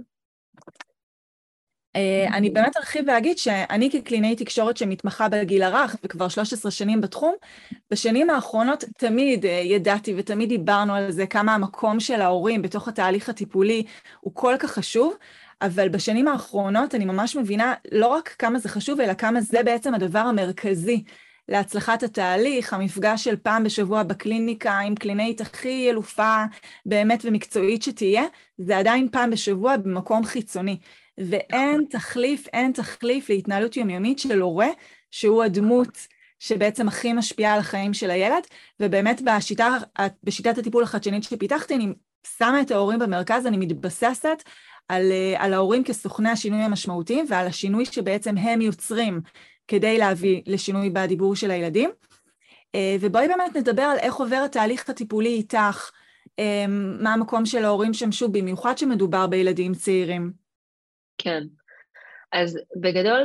אני באמת ארחיב ואגיד שאני כקלינאי תקשורת שמתמחה בגיל הרך, וכבר שלוש עשרה שנים בתחום, בשנים האחרונות תמיד ידעתי ותמיד דיברנו על זה, כמה המקום של ההורים בתוך התהליך הטיפולי הוא כל כך חשוב, אבל בשנים האחרונות אני ממש מבינה לא רק כמה זה חשוב, אלא כמה זה בעצם הדבר המרכזי להצלחת התהליך, המפגש של פעם בשבוע בקליניקה עם קלינאית הכי אלופה באמת ומקצועית שתהיה, זה עדיין פעם בשבוע במקום חיצוני. ואין תחליף, אין תחליף להתנהלות יומיומית של הורה, שהוא הדמות שבעצם הכי משפיעה על החיים של הילד, ובאמת בשיטה, בשיטת הטיפול החדשנית שפיתחתי, אני שמה את ההורים במרכז, אני מתבססת על, על ההורים כסוכני השינוי המשמעותיים, ועל השינוי שבעצם הם יוצרים כדי להביא לשינוי בדיבור של הילדים. ובואי באמת נדבר על איך עובר התהליך הטיפולי איתך, מה המקום של ההורים שם, שוב, במיוחד שמדובר בילדים צעירים? כן, אז בגדול,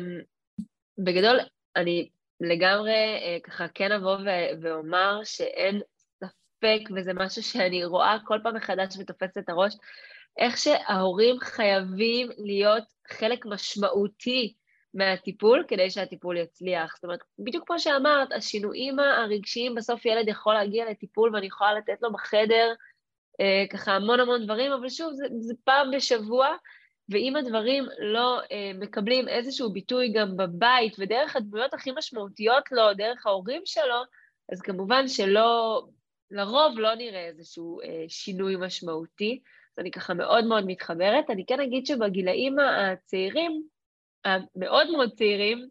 בגדול אני לגמרי ככה כן אבוא ואומר שאין ספק, וזה משהו שאני רואה כל פעם מחדש ותופסת את הראש, איך שההורים חייבים להיות חלק משמעותי מהטיפול, כדי שהטיפול יצליח. זאת אומרת, בדיוק כמו שאמרת, השינויים הרגשיים, בסוף ילד יכול להגיע לטיפול, ואני יכולה לתת לו בחדר אה, ככה המון המון דברים, אבל שוב, זה, זה פעם בשבוע, ואם הדברים לא אה, מקבלים איזשהו ביטוי גם בבית, ודרך הדמויות הכי משמעותיות לו, דרך ההורים שלו, אז כמובן שלא, לרוב לא נראה איזשהו אה, שינוי משמעותי, אז אני ככה מאוד מאוד מתחברת. אני כן אגיד שבגילאים הצעירים, המאוד מאוד צעירים,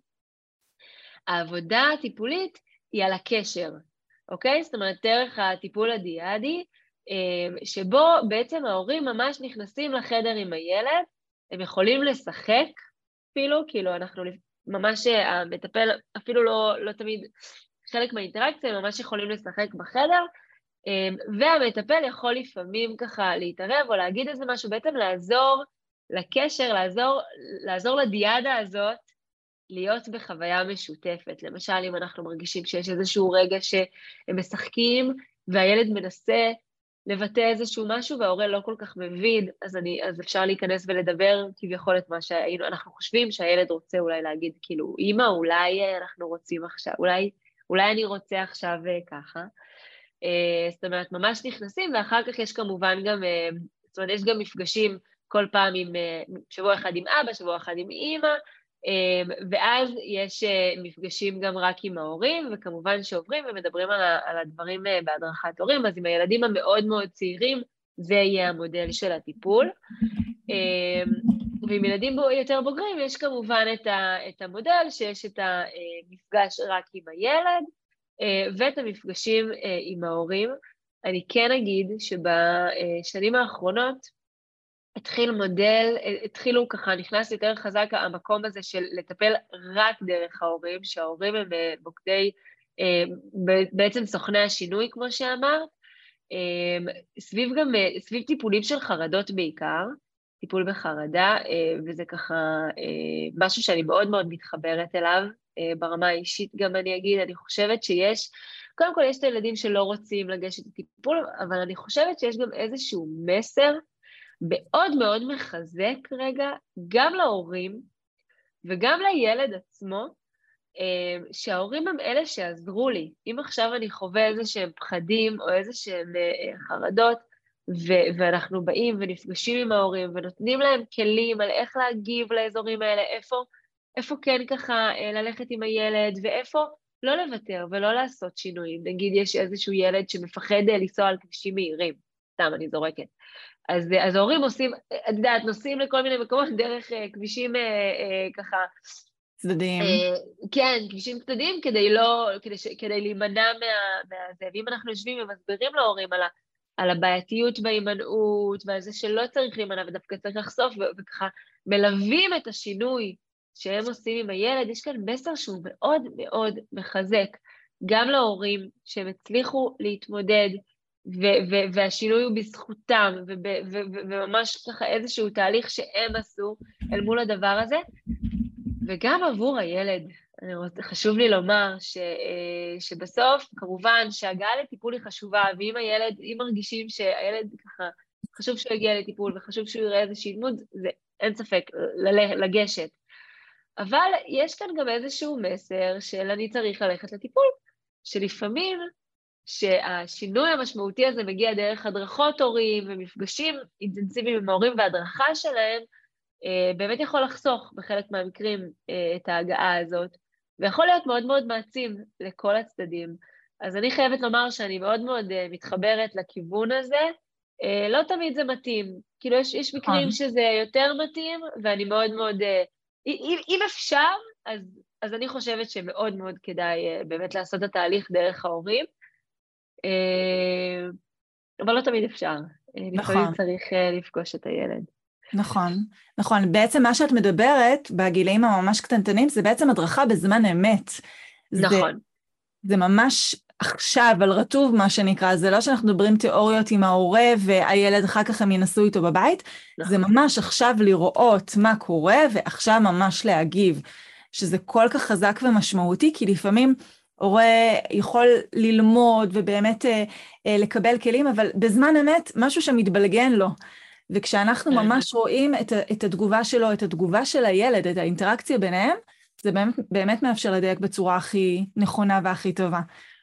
העבודה הטיפולית היא על הקשר, אוקיי? זאת אומרת, דרך הטיפול הדיאדי, שבו בעצם ההורים ממש נכנסים לחדר עם הילד, הם יכולים לשחק אפילו, כאילו אנחנו ממש, המטפל אפילו לא, לא תמיד חלק מהאינטראקציה, הם ממש יכולים לשחק בחדר, והמטפל יכול לפעמים ככה להתערב או להגיד איזה משהו, בעצם לעזור לקשר, לעזור, לעזור לדיאדה הזאת, להיות בחוויה משותפת. למשל, אם אנחנו מרגישים שיש איזשהו רגע שהם משחקים, והילד מנסה לבטא איזשהו משהו, וההורה לא כל כך מבין, אז, אני, אז אפשר להיכנס ולדבר כביכול את מה שאנחנו חושבים שהילד רוצה אולי להגיד, כאילו, אמא, אולי אנחנו רוצים עכשיו, אולי, אולי אני רוצה עכשיו ככה. זאת אומרת, ממש נכנסים, ואחר כך יש כמובן גם, זאת אומרת, יש גם מפגשים כל פעם עם, שבוע אחד עם אבא, שבוע אחד עם אמא, ואז יש מפגשים גם רק עם ההורים, וכמובן שעוברים ומדברים על, על הדברים בהדרכת הורים, אז עם הילדים המאוד מאוד צעירים, זה יהיה המודל של הטיפול. ועם ילדים יותר בוגרים, יש כמובן את, ה, את המודל, שיש את המפגש רק עם הילד, ואת המפגשים עם ההורים. אני כן אגיד שבשנים האחרונות, התחיל מודל, התחילו ככה, נכנס יותר חזק המקום הזה של לטפל רק דרך ההורים, שההורים הם מוקדי, בעצם סוכני השינוי, כמו שאמרת, סביב גם, סביב טיפולים של חרדות בעיקר, טיפול בחרדה, וזה ככה משהו שאני מאוד מאוד מתחברת אליו, ברמה האישית גם אני אגיד, אני חושבת שיש, קודם כל יש את הילדים שלא רוצים לגשת לטיפול, אבל אני חושבת שיש גם איזשהו מסר, מאוד מאוד מחזק רגע, גם להורים וגם לילד עצמו, שההורים הם אלה שעזרו לי. אם עכשיו אני חווה איזה שהם פחדים או איזה שהם חרדות, ו- ואנחנו באים ונפגשים עם ההורים ונותנים להם כלים על איך להגיב לאזורים האלה, איפה, איפה כן ככה ללכת עם הילד, ואיפה לא לוותר ולא לעשות שינויים. נגיד יש איזשהו ילד שמפחד לנסוע על כבישים מהירים, סתם אני זורקת. אז, אז ההורים עושים, את יודעת, נוסעים לכל מיני מקומות דרך uh, כבישים uh, uh, ככה... צדדיים. Uh, כן, כבישים צדדיים כדי לא, כדי, ש, כדי להימנע מה, מהזה. ואם אנחנו יושבים ומסבירים להורים על, ה, על הבעייתיות בהימנעות, ועל זה שלא צריך להימנע ודווקא צריך לחשוף, ו, וככה מלווים את השינוי שהם עושים עם הילד, יש כאן מסר שהוא מאוד מאוד מחזק, גם להורים שהם הצליחו להתמודד, ו- ו- והשינוי הוא בזכותם, ו- ו- ו- וממש ככה איזשהו תהליך שהם עשו אל מול הדבר הזה, וגם עבור הילד. אני רוצה, חשוב לי לומר ש, שבסוף, כמובן שהגעה לטיפול היא חשובה, ואם הילד, אם מרגישים שהילד ככה, חשוב שהוא יגיע לטיפול, וחשוב שהוא יראה איזושהי דמות, זה אין ספק, לגשת. אבל יש כאן גם איזשהו מסר של אני צריך ללכת לטיפול, שלפעמים, שהשינוי המשמעותי הזה מגיע דרך הדרכות הורים ומפגשים אינטנסיביים עם ההורים וההדרכה שלהם, באמת יכול לחסוך בחלק מהמקרים את ההגעה הזאת, ויכול להיות מאוד מאוד מעצים לכל הצדדים. אז אני חייבת לומר שאני מאוד מאוד מתחברת לכיוון הזה, לא תמיד זה מתאים, כאילו יש, יש מקרים שזה יותר מתאים, ואני מאוד מאוד, אם, אם אפשר, אז, אז אני חושבת שמאוד מאוד כדאי באמת לעשות את התהליך דרך ההורים, אבל לא תמיד אפשר. לפעמים צריך לפגוש את הילד. נכון, נכון. בעצם מה שאת מדברת בגילאים הממש קטנטנים, זה בעצם הדרכה בזמן אמת. נכון. זה, זה ממש עכשיו, על רטוב, מה שנקרא, זה לא שאנחנו מדברים תיאוריות עם ההורה והילד אחר כך הם ינסו איתו בבית, נכון. זה ממש עכשיו לראות מה קורה ועכשיו ממש להגיב, שזה כל כך חזק ומשמעותי, כי לפעמים הורה יכול ללמוד ובאמת אה, אה, לקבל כלים, אבל בזמן אמת משהו שמתבלגן לו. וכשאנחנו ממש רואים את, את התגובה שלו, את התגובה של הילד, את האינטראקציה ביניהם, זה באמת, באמת מאפשר לדייק בצורה הכי נכונה והכי טובה.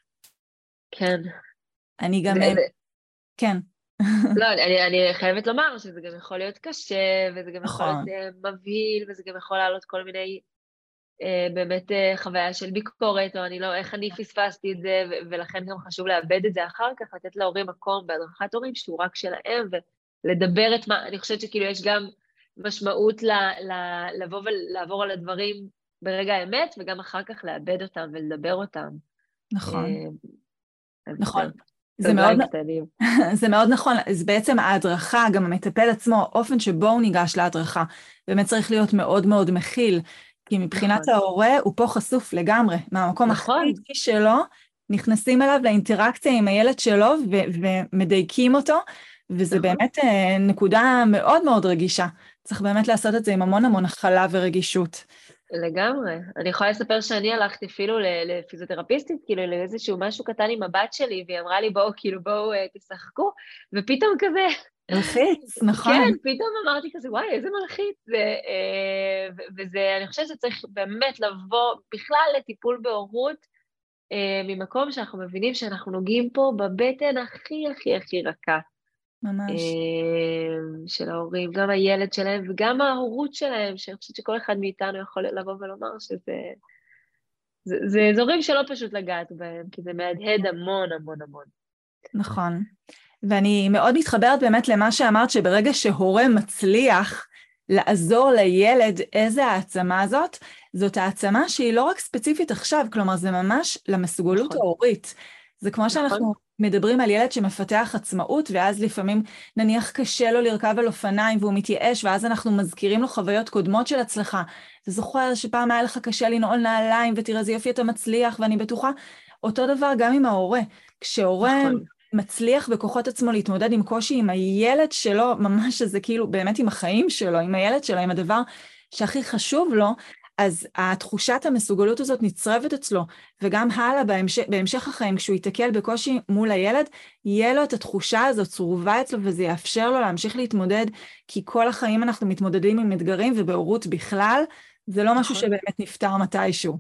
כן. אני גם... זה, זה... כן. לא, אני, אני חייבת לומר שזה גם יכול להיות קשה, וזה גם יכול להיות נכון. uh, מבהיל, וזה גם יכול לעלות כל מיני, uh, באמת uh, חוויה של ביקורת, או אני לא, איך אני פספסתי את זה, ו- ולכן גם חשוב לאבד את זה אחר כך, לתת להורים מקום בהדרכת הורים שהוא רק שלהם, ולדבר את מה, אני חושבת שכאילו יש גם משמעות ל, ל, לבוא ולעבור על הדברים ברגע האמת, וגם אחר כך לאבד אותם ולדבר אותם. נכון. Uh, נכון. אז, זה מאוד, קטנים. זה מאוד נכון, אז בעצם ההדרכה, גם המטפל עצמו, האופן שבו הוא ניגש להדרכה, באמת צריך להיות מאוד מאוד מכיל, כי מבחינת נכון. ההורה הוא פה חשוף לגמרי, מהמקום נכון. הכי אישי שלו, נכנסים אליו לאינטראקציה עם הילד שלו ו- ומדייקים אותו, וזה נכון. באמת אה, נקודה מאוד מאוד רגישה. צריך באמת לעשות את זה עם המון המון הכלה ורגישות. לגמרי. אני יכולה לספר שאני הלכתי אפילו לפיזיותרפיסטית, כאילו לאיזשהו משהו קטן עם הבת שלי, והיא אמרה לי בואו, כאילו בואו תשחקו, ופתאום כזה... מלחיץ, נכון. כן, פתאום אמרתי כזה, וואי, איזה מלחיץ. זה, וזה, אני חושבת שצריך באמת לבוא בכלל לטיפול בהורות, ממקום שאנחנו מבינים שאנחנו נוגעים פה בבטן הכי הכי הכי רכה. ממש. של ההורים, גם הילד שלהם וגם ההורות שלהם, שאני חושבת שכל אחד מאיתנו יכול לבוא ולומר שזה זה, זה אזורים שלא פשוט לגעת בהם, כי זה מהדהד המון המון המון. נכון. ואני מאוד מתחברת באמת למה שאמרת, שברגע שהורה מצליח לעזור לילד, איזה העצמה זאת, זאת העצמה שהיא לא רק ספציפית עכשיו, כלומר זה ממש למסוגלות נכון. ההורית. זה כמו נכון. שאנחנו מדברים על ילד שמפתח עצמאות, ואז לפעמים נניח קשה לו לרכב על אופניים והוא מתייאש, ואז אנחנו מזכירים לו חוויות קודמות של הצלחה. אתה זוכר שפעם היה לך קשה לנעול נעליים, ותראה זה יופי אתה מצליח, ואני בטוחה, אותו דבר גם עם ההורה. כשהורה נכון. מצליח בכוחות עצמו להתמודד עם קושי עם הילד שלו, ממש שזה כאילו באמת עם החיים שלו, עם הילד שלו, עם הדבר שהכי חשוב לו, אז התחושת המסוגלות הזאת נצרבת אצלו, וגם הלאה בהמשך, בהמשך החיים, כשהוא ייתקל בקושי מול הילד, יהיה לו את התחושה הזאת צרובה אצלו, וזה יאפשר לו להמשיך להתמודד, כי כל החיים אנחנו מתמודדים עם אתגרים, ובהורות בכלל, זה לא משהו נכון. שבאמת נפתר מתישהו.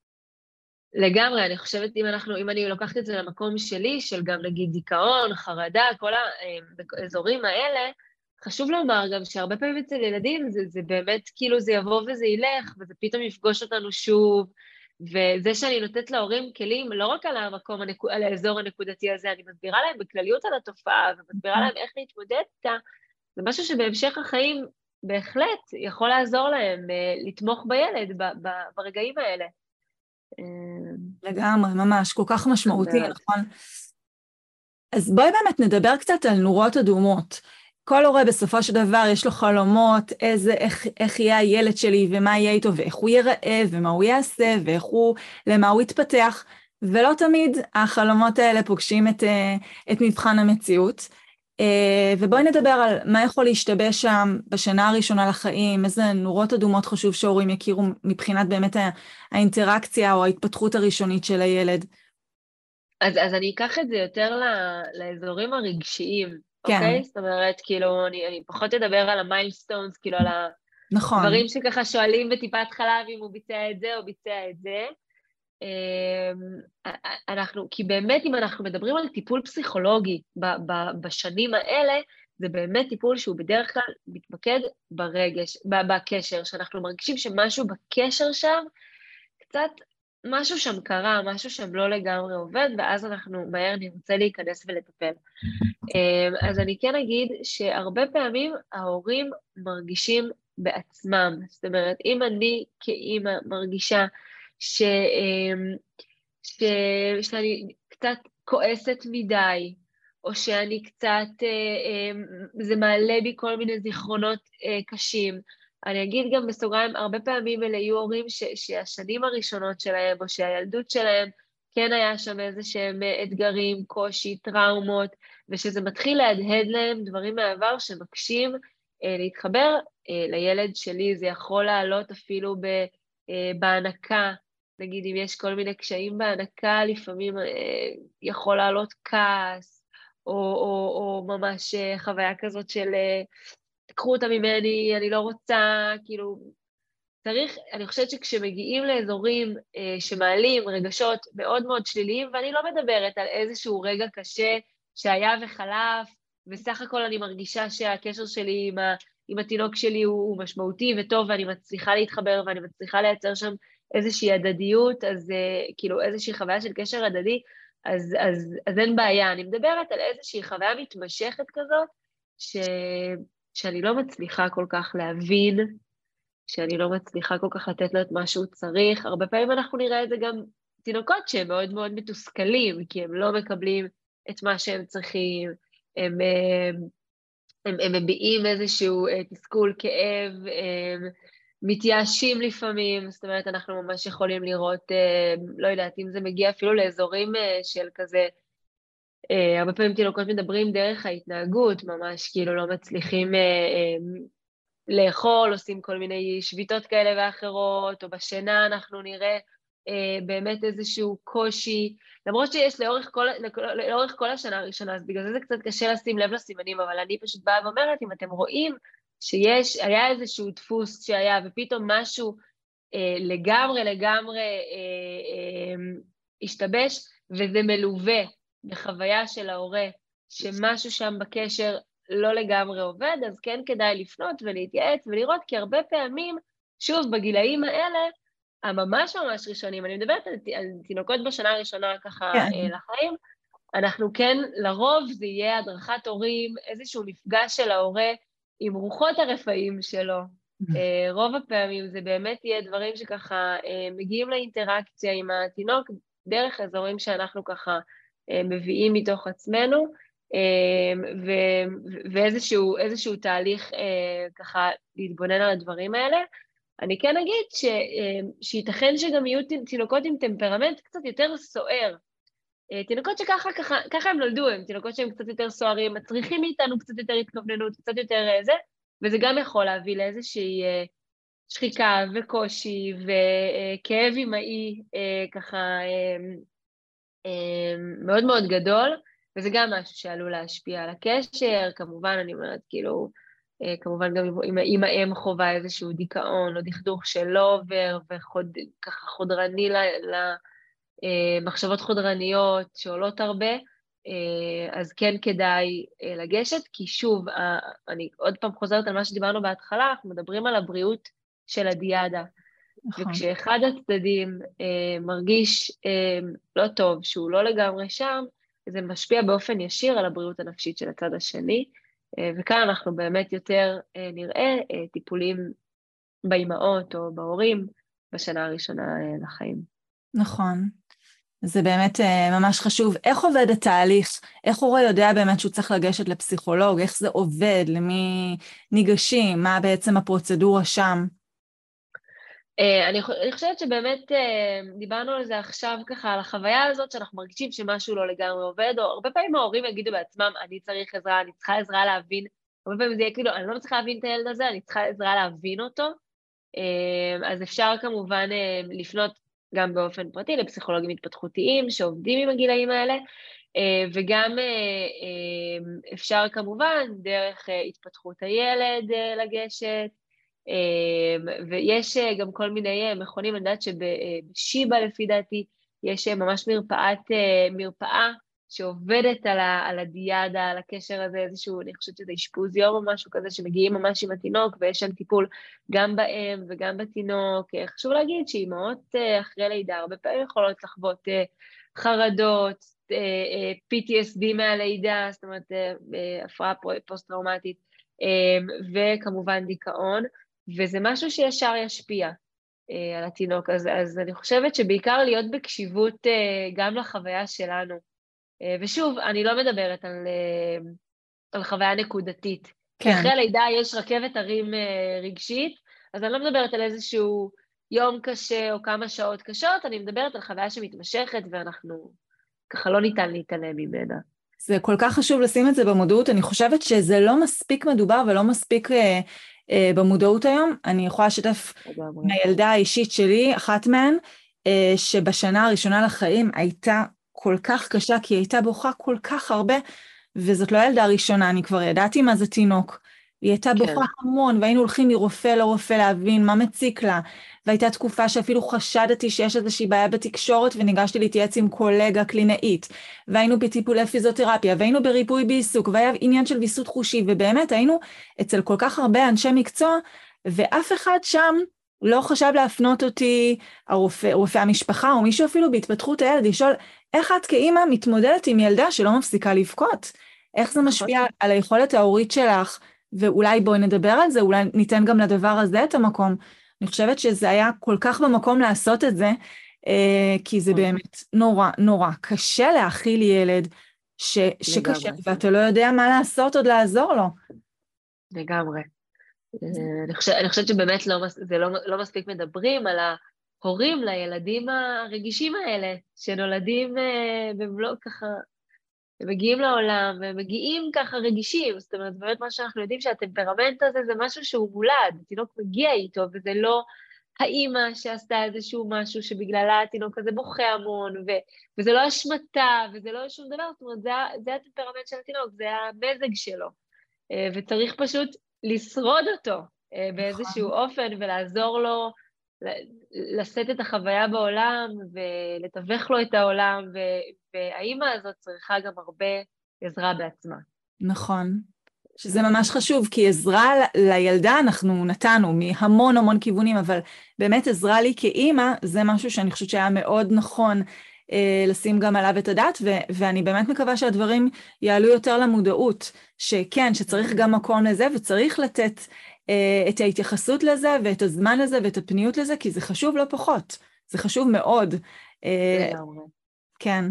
לגמרי, אני חושבת אם אנחנו, אם אני לוקחת את זה למקום שלי, של גם נגיד דיכאון, חרדה, כל האזורים האלה, חשוב לומר גם שהרבה פעמים אצל ילדים זה, זה באמת כאילו זה יבוא וזה ילך, וזה פתאום יפגוש אותנו שוב, וזה שאני נותנת להורים כלים, לא רק על המקום, על האזור הנקודתי הזה, אני מסבירה להם בכלליות על התופעה, ומסבירה להם איך להתמודד איתה, זה משהו שבהמשך החיים בהחלט יכול לעזור להם לתמוך בילד ברגעים האלה. לגמרי, ממש, כל כך משמעותי, נכון? אז בואי באמת נדבר קצת על נורות אדומות. כל הורה בסופו של דבר יש לו חלומות, איזה, איך, איך יהיה הילד שלי ומה יהיה איתו, ואיך הוא ייראה ומה הוא יעשה, ואיך הוא, למה הוא יתפתח, ולא תמיד החלומות האלה פוגשים את, את מבחן המציאות. ובואי נדבר על מה יכול להשתבש שם בשנה הראשונה לחיים, איזה נורות אדומות חשוב שהורים יכירו מבחינת באמת האינטראקציה או ההתפתחות הראשונית של הילד. אז, אז אני אקח את זה יותר לאזורים הרגשיים, כן. אוקיי? זאת אומרת, כאילו, אני, אני פחות אדבר על המיילסטונס, כאילו על הדברים נכון. שככה שואלים בטיפת חלב אם הוא ביצע את זה או ביצע את זה. אנחנו, כי באמת אם אנחנו מדברים על טיפול פסיכולוגי ב, ב, בשנים האלה, זה באמת טיפול שהוא בדרך כלל מתמקד ברגש, בקשר, שאנחנו מרגישים שמשהו בקשר שם, קצת משהו שם קרה, משהו שם לא לגמרי עובד, ואז אנחנו מהר נרצה להיכנס ולטפל. אז אני כן אגיד שהרבה פעמים ההורים מרגישים בעצמם, זאת אומרת, אם אני כאימא מרגישה ש... ש... שאני קצת כועסת מדי, או שאני קצת, זה מעלה בי כל מיני זיכרונות קשים, אני אגיד גם בסוגריים, הרבה פעמים אלה יהיו הורים ש... שהשנים הראשונות שלהם, או שהילדות שלהם, כן היה שם איזה שהם אתגרים, קושי, טראומות, ושזה מתחיל להדהד להם דברים מהעבר שמקשים אה, להתחבר. אה, לילד שלי זה יכול לעלות אפילו ב, אה, בהנקה, נגיד אם יש כל מיני קשיים בהנקה, לפעמים אה, יכול לעלות כעס, או, או, או ממש אה, חוויה כזאת של אה, תקחו אותה ממני, אני לא רוצה, כאילו, צריך, אני חושבת שכשמגיעים לאזורים אה, שמעלים רגשות מאוד מאוד שליליים, ואני לא מדברת על איזשהו רגע קשה שהיה וחלף, וסך הכל אני מרגישה שהקשר שלי עם, ה, עם התינוק שלי הוא, הוא משמעותי וטוב, ואני מצליחה להתחבר ואני מצליחה לייצר שם איזושהי הדדיות, אז אה, כאילו איזושהי חוויה של קשר הדדי, אז, אז, אז אין בעיה. אני מדברת על איזושהי חוויה מתמשכת כזאת, ש, שאני לא מצליחה כל כך להבין, שאני לא מצליחה כל כך לתת לו את מה שהוא צריך. הרבה פעמים אנחנו נראה את זה גם תינוקות שהם מאוד מאוד מתוסכלים, כי הם לא מקבלים את מה שהם צריכים, הם, הם, הם, הם מביעים איזשהו תסכול, כאב, הם מתייאשים לפעמים, זאת אומרת, אנחנו ממש יכולים לראות, לא יודעת, אם זה מגיע אפילו לאזורים של כזה, הרבה פעמים תינוקות מדברים דרך ההתנהגות, ממש כאילו לא מצליחים לאכול, עושים כל מיני שביתות כאלה ואחרות, או בשינה אנחנו נראה אה, באמת איזשהו קושי, למרות שיש לאורך כל, לאורך כל השנה הראשונה, אז בגלל זה זה קצת קשה לשים לב לסימנים, אבל אני פשוט באה ואומרת, אם אתם רואים שיש, היה איזשהו דפוס שהיה, ופתאום משהו אה, לגמרי לגמרי אה, אה, השתבש, וזה מלווה בחוויה של ההורה, שמשהו שם בקשר לא לגמרי עובד, אז כן כדאי לפנות ולהתייעץ ולראות, כי הרבה פעמים, שוב, בגילאים האלה, הממש ממש ראשונים, אני מדברת על, על תינוקות בשנה הראשונה ככה כן. לחיים, אנחנו כן, לרוב זה יהיה הדרכת הורים, איזשהו מפגש של ההורה עם רוחות הרפאים שלו. רוב הפעמים זה באמת יהיה דברים שככה מגיעים לאינטראקציה עם התינוק, דרך אזורים שאנחנו ככה מביאים מתוך עצמנו, ואיזשהו איזשהו תהליך ככה להתבונן על הדברים האלה. אני כן אגיד ש, שייתכן שגם יהיו תינוקות עם טמפרמנט קצת יותר סוער, תינוקות שככה ככה, ככה הם נולדו, הם תינוקות שהם קצת יותר סוערים, מצריכים מאיתנו קצת יותר התכווננות, קצת יותר זה, וזה גם יכול להביא לאיזושהי שחיקה וקושי וכאב אמאי ככה מאוד מאוד גדול, וזה גם משהו שעלול להשפיע על הקשר. כמובן, אני אומרת, כאילו, כמובן גם אם האם חובה איזשהו דיכאון או דכדוך שלא עובר, וככה חודרני למחשבות חודרניות שעולות הרבה, אז כן כדאי לגשת, כי שוב, אני עוד פעם חוזרת על מה שדיברנו בהתחלה, אנחנו מדברים על הבריאות של הדיאדה, נכון. וכשאחד הצדדים אה, מרגיש אה, לא טוב, שהוא לא לגמרי שם, זה משפיע באופן ישיר על הבריאות הנפשית של הצד השני, אה, וכאן אנחנו באמת יותר אה, נראה אה, טיפולים באימהות או בהורים בשנה הראשונה אה, לחיים. נכון. זה באמת אה, ממש חשוב. איך עובד התהליך? איך הורה יודע באמת שהוא צריך לגשת לפסיכולוג? איך זה עובד? למי ניגשים? מה בעצם הפרוצדורה שם? אני חושבת שבאמת דיברנו על זה עכשיו ככה, על החוויה הזאת שאנחנו מרגישים שמשהו לא לגמרי עובד, או הרבה פעמים ההורים יגידו בעצמם, אני צריך עזרה, אני צריכה עזרה להבין, הרבה פעמים זה יהיה כאילו, אני לא מצליחה להבין את הילד הזה, אני צריכה עזרה להבין אותו, אז אפשר כמובן לפנות גם באופן פרטי לפסיכולוגים התפתחותיים שעובדים עם הגילאים האלה, וגם אפשר כמובן דרך התפתחות הילד לגשת, ויש גם כל מיני מכונים, אני יודעת שבשיבה לפי דעתי יש ממש מרפאת, מרפאה שעובדת על, ה, על הדיאדה, על הקשר הזה, איזשהו, אני חושבת שזה אשפוז יום או משהו כזה, שמגיעים ממש עם התינוק, ויש שם טיפול גם באם וגם בתינוק. חשוב להגיד שאימהות אחרי לידה, הרבה פעמים יכולות לחוות חרדות, פי טי אס די מהלידה, זאת אומרת, הפרעה פוסט-טראומטית, וכמובן דיכאון, וזה משהו שישר ישפיע על התינוק. אז, אז אני חושבת שבעיקר להיות בקשיבות גם לחוויה שלנו, ושוב, אני לא מדברת על, על חוויה נקודתית, כן. כי אחרי הלידה יש רכבת הרים רגשית, אז אני לא מדברת על איזשהו יום קשה או כמה שעות קשות, אני מדברת על חוויה שמתמשכת, ואנחנו ככה לא ניתן להתעלם ממנה. זה כל כך חשוב לשים את זה במודעות, אני חושבת שזה לא מספיק מדובר ולא מספיק אה, אה, במודעות היום. אני יכולה לשתף מהילדה האישית שלי, אחת מהן, אה, שבשנה הראשונה לחיים הייתה כל כך קשה, כי היא הייתה בוכה כל כך הרבה, וזאת לא ילדה הראשונה, אני כבר ידעתי מה זה תינוק, היא הייתה בוכה כן. המון, והיינו הולכים מרופא לרופא להבין מה מציק לה, והייתה תקופה שאפילו חשדתי שיש איזושהי בעיה בתקשורת, וניגשתי להתייעץ עם קולגה קלינאית, והיינו בטיפולי פיזיותרפיה, והיינו בריפוי בעיסוק, והיה עניין של ויסות חושי, ובאמת היינו אצל כל כך הרבה אנשי מקצוע, ואף אחד שם לא חשב להפנות אותי, הרופא, רופא המשפחה, או מישהו אפילו בהתפתחות הילד, לשאול, איך את כאימא מתמודדת עם ילדה שלא מפסיקה לבכות? איך זה משפיע על היכולת ההורית שלך? ואולי בואי נדבר על זה, אולי ניתן גם לדבר הזה את המקום. אני חושבת שזה היה כל כך במקום לעשות את זה, כי זה באמת נורא, נורא קשה להכיל ילד ש, שקשה, ואתה לא יודע מה לעשות עוד לעזור לו. לגמרי. אני חושבת, אני חושבת שבאמת לא, זה לא, לא מספיק מדברים על ההורים לילדים הרגישים האלה, שנולדים במלוא ככה, הם מגיעים לעולם, והם מגיעים ככה רגישים, זאת אומרת, באמת מה שאנחנו יודעים שהטמפרמנט הזה זה משהו שהוא מולד, התינוק מגיע איתו, וזה לא האימא שעשתה איזשהו משהו שבגללה התינוק הזה בוכה המון, ו, וזה לא השמטה, וזה לא שום דבר, זאת אומרת, זה, זה הטמפרמנט של התינוק, זה המזג שלו, וצריך פשוט לשרוד אותו באיזשהו אופן, ולעזור לו לשאת את החוויה בעולם, ולתווך לו את העולם, והאימא הזאת צריכה גם הרבה עזרה בעצמה. נכון, שזה ממש חשוב, כי עזרה לילדה אנחנו נתנו מהמון המון כיוונים, אבל באמת עזרה לי כאימא, זה משהו שאני חושבת שהיה מאוד נכון אה, לשים גם עליו את הדעת, ו- ואני באמת מקווה שהדברים יעלו יותר למודעות, שכן, שצריך גם מקום לזה, וצריך לתת אה, את ההתייחסות לזה, ואת הזמן לזה, ואת הפניות לזה, כי זה חשוב לא פחות, זה חשוב מאוד. אה, כן.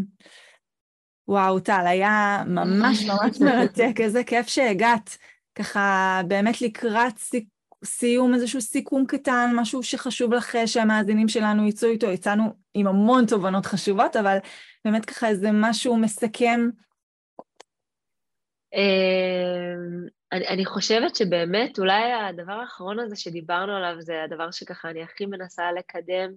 וואו, טל, היה ממש ממש מרתק, איזה כיף שהגעת, ככה באמת לקראת סיום, איזשהו סיכום קטן, משהו שחשוב לך שהמאזינים שלנו ייצאו איתו, יצאנו עם המון תובנות חשובות, אבל באמת ככה איזה משהו מסכם. אני, אני חושבת שבאמת אולי הדבר האחרון הזה שדיברנו עליו, זה הדבר שככה אני הכי מנסה לקדם,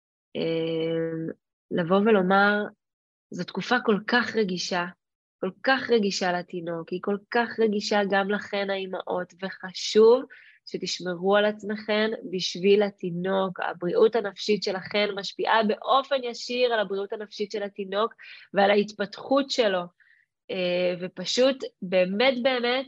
לבוא ולומר, זו תקופה כל כך רגישה, כל כך רגישה לתינוק, היא כל כך רגישה גם לכן האימהות, וחשוב שתשמרו על עצמכן בשביל התינוק. הבריאות הנפשית שלכן משפיעה באופן ישיר על הבריאות הנפשית של התינוק ועל ההתפתחות שלו, ופשוט באמת באמת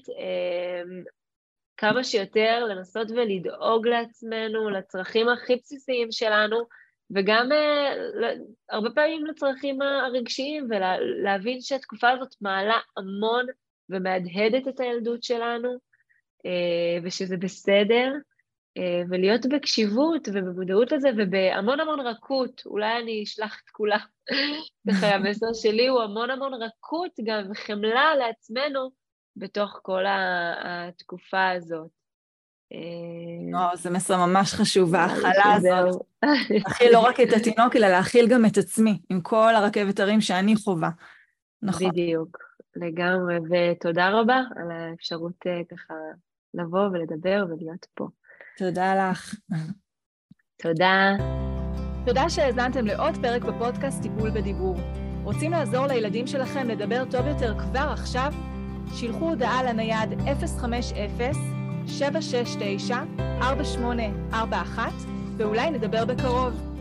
כמה שיותר לנסות ולדאוג לעצמנו, לצרכים הכי בסיסיים שלנו, וגם הרבה פעמים לצרכים הרגשיים, ולהבין שהתקופה הזאת מעלה המון ומהדהדת את הילדות שלנו, ושזה בסדר, ולהיות בקשיבות ובמודעות לזה, ובהמון המון רכות. אולי אני אשלח את כולה, ככה המסר שלי הוא המון המון רכות גם, וחמלה לעצמנו בתוך כל התקופה הזאת. וואו, זה מסר ממש חשוב, והאכלה הזאת, להכיל לא רק את התינוק, אלא להכיל גם את עצמי, עם כל הרכבת הרים שאני חובה. נכון. בדיוק, לגמרי, ותודה רבה על האפשרות ככה לבוא ולדבר ולהיות פה. תודה לך. תודה. תודה שהאזנתם לעוד פרק בפודקאסט טיפול בדיבור. רוצים לעזור לילדים שלכם לדבר טוב יותר כבר עכשיו? שילחו הודעה לנייד אפס חמש אפס שבע שש תשע ארבע שמונה ארבע אחת ואולי נדבר בקרוב.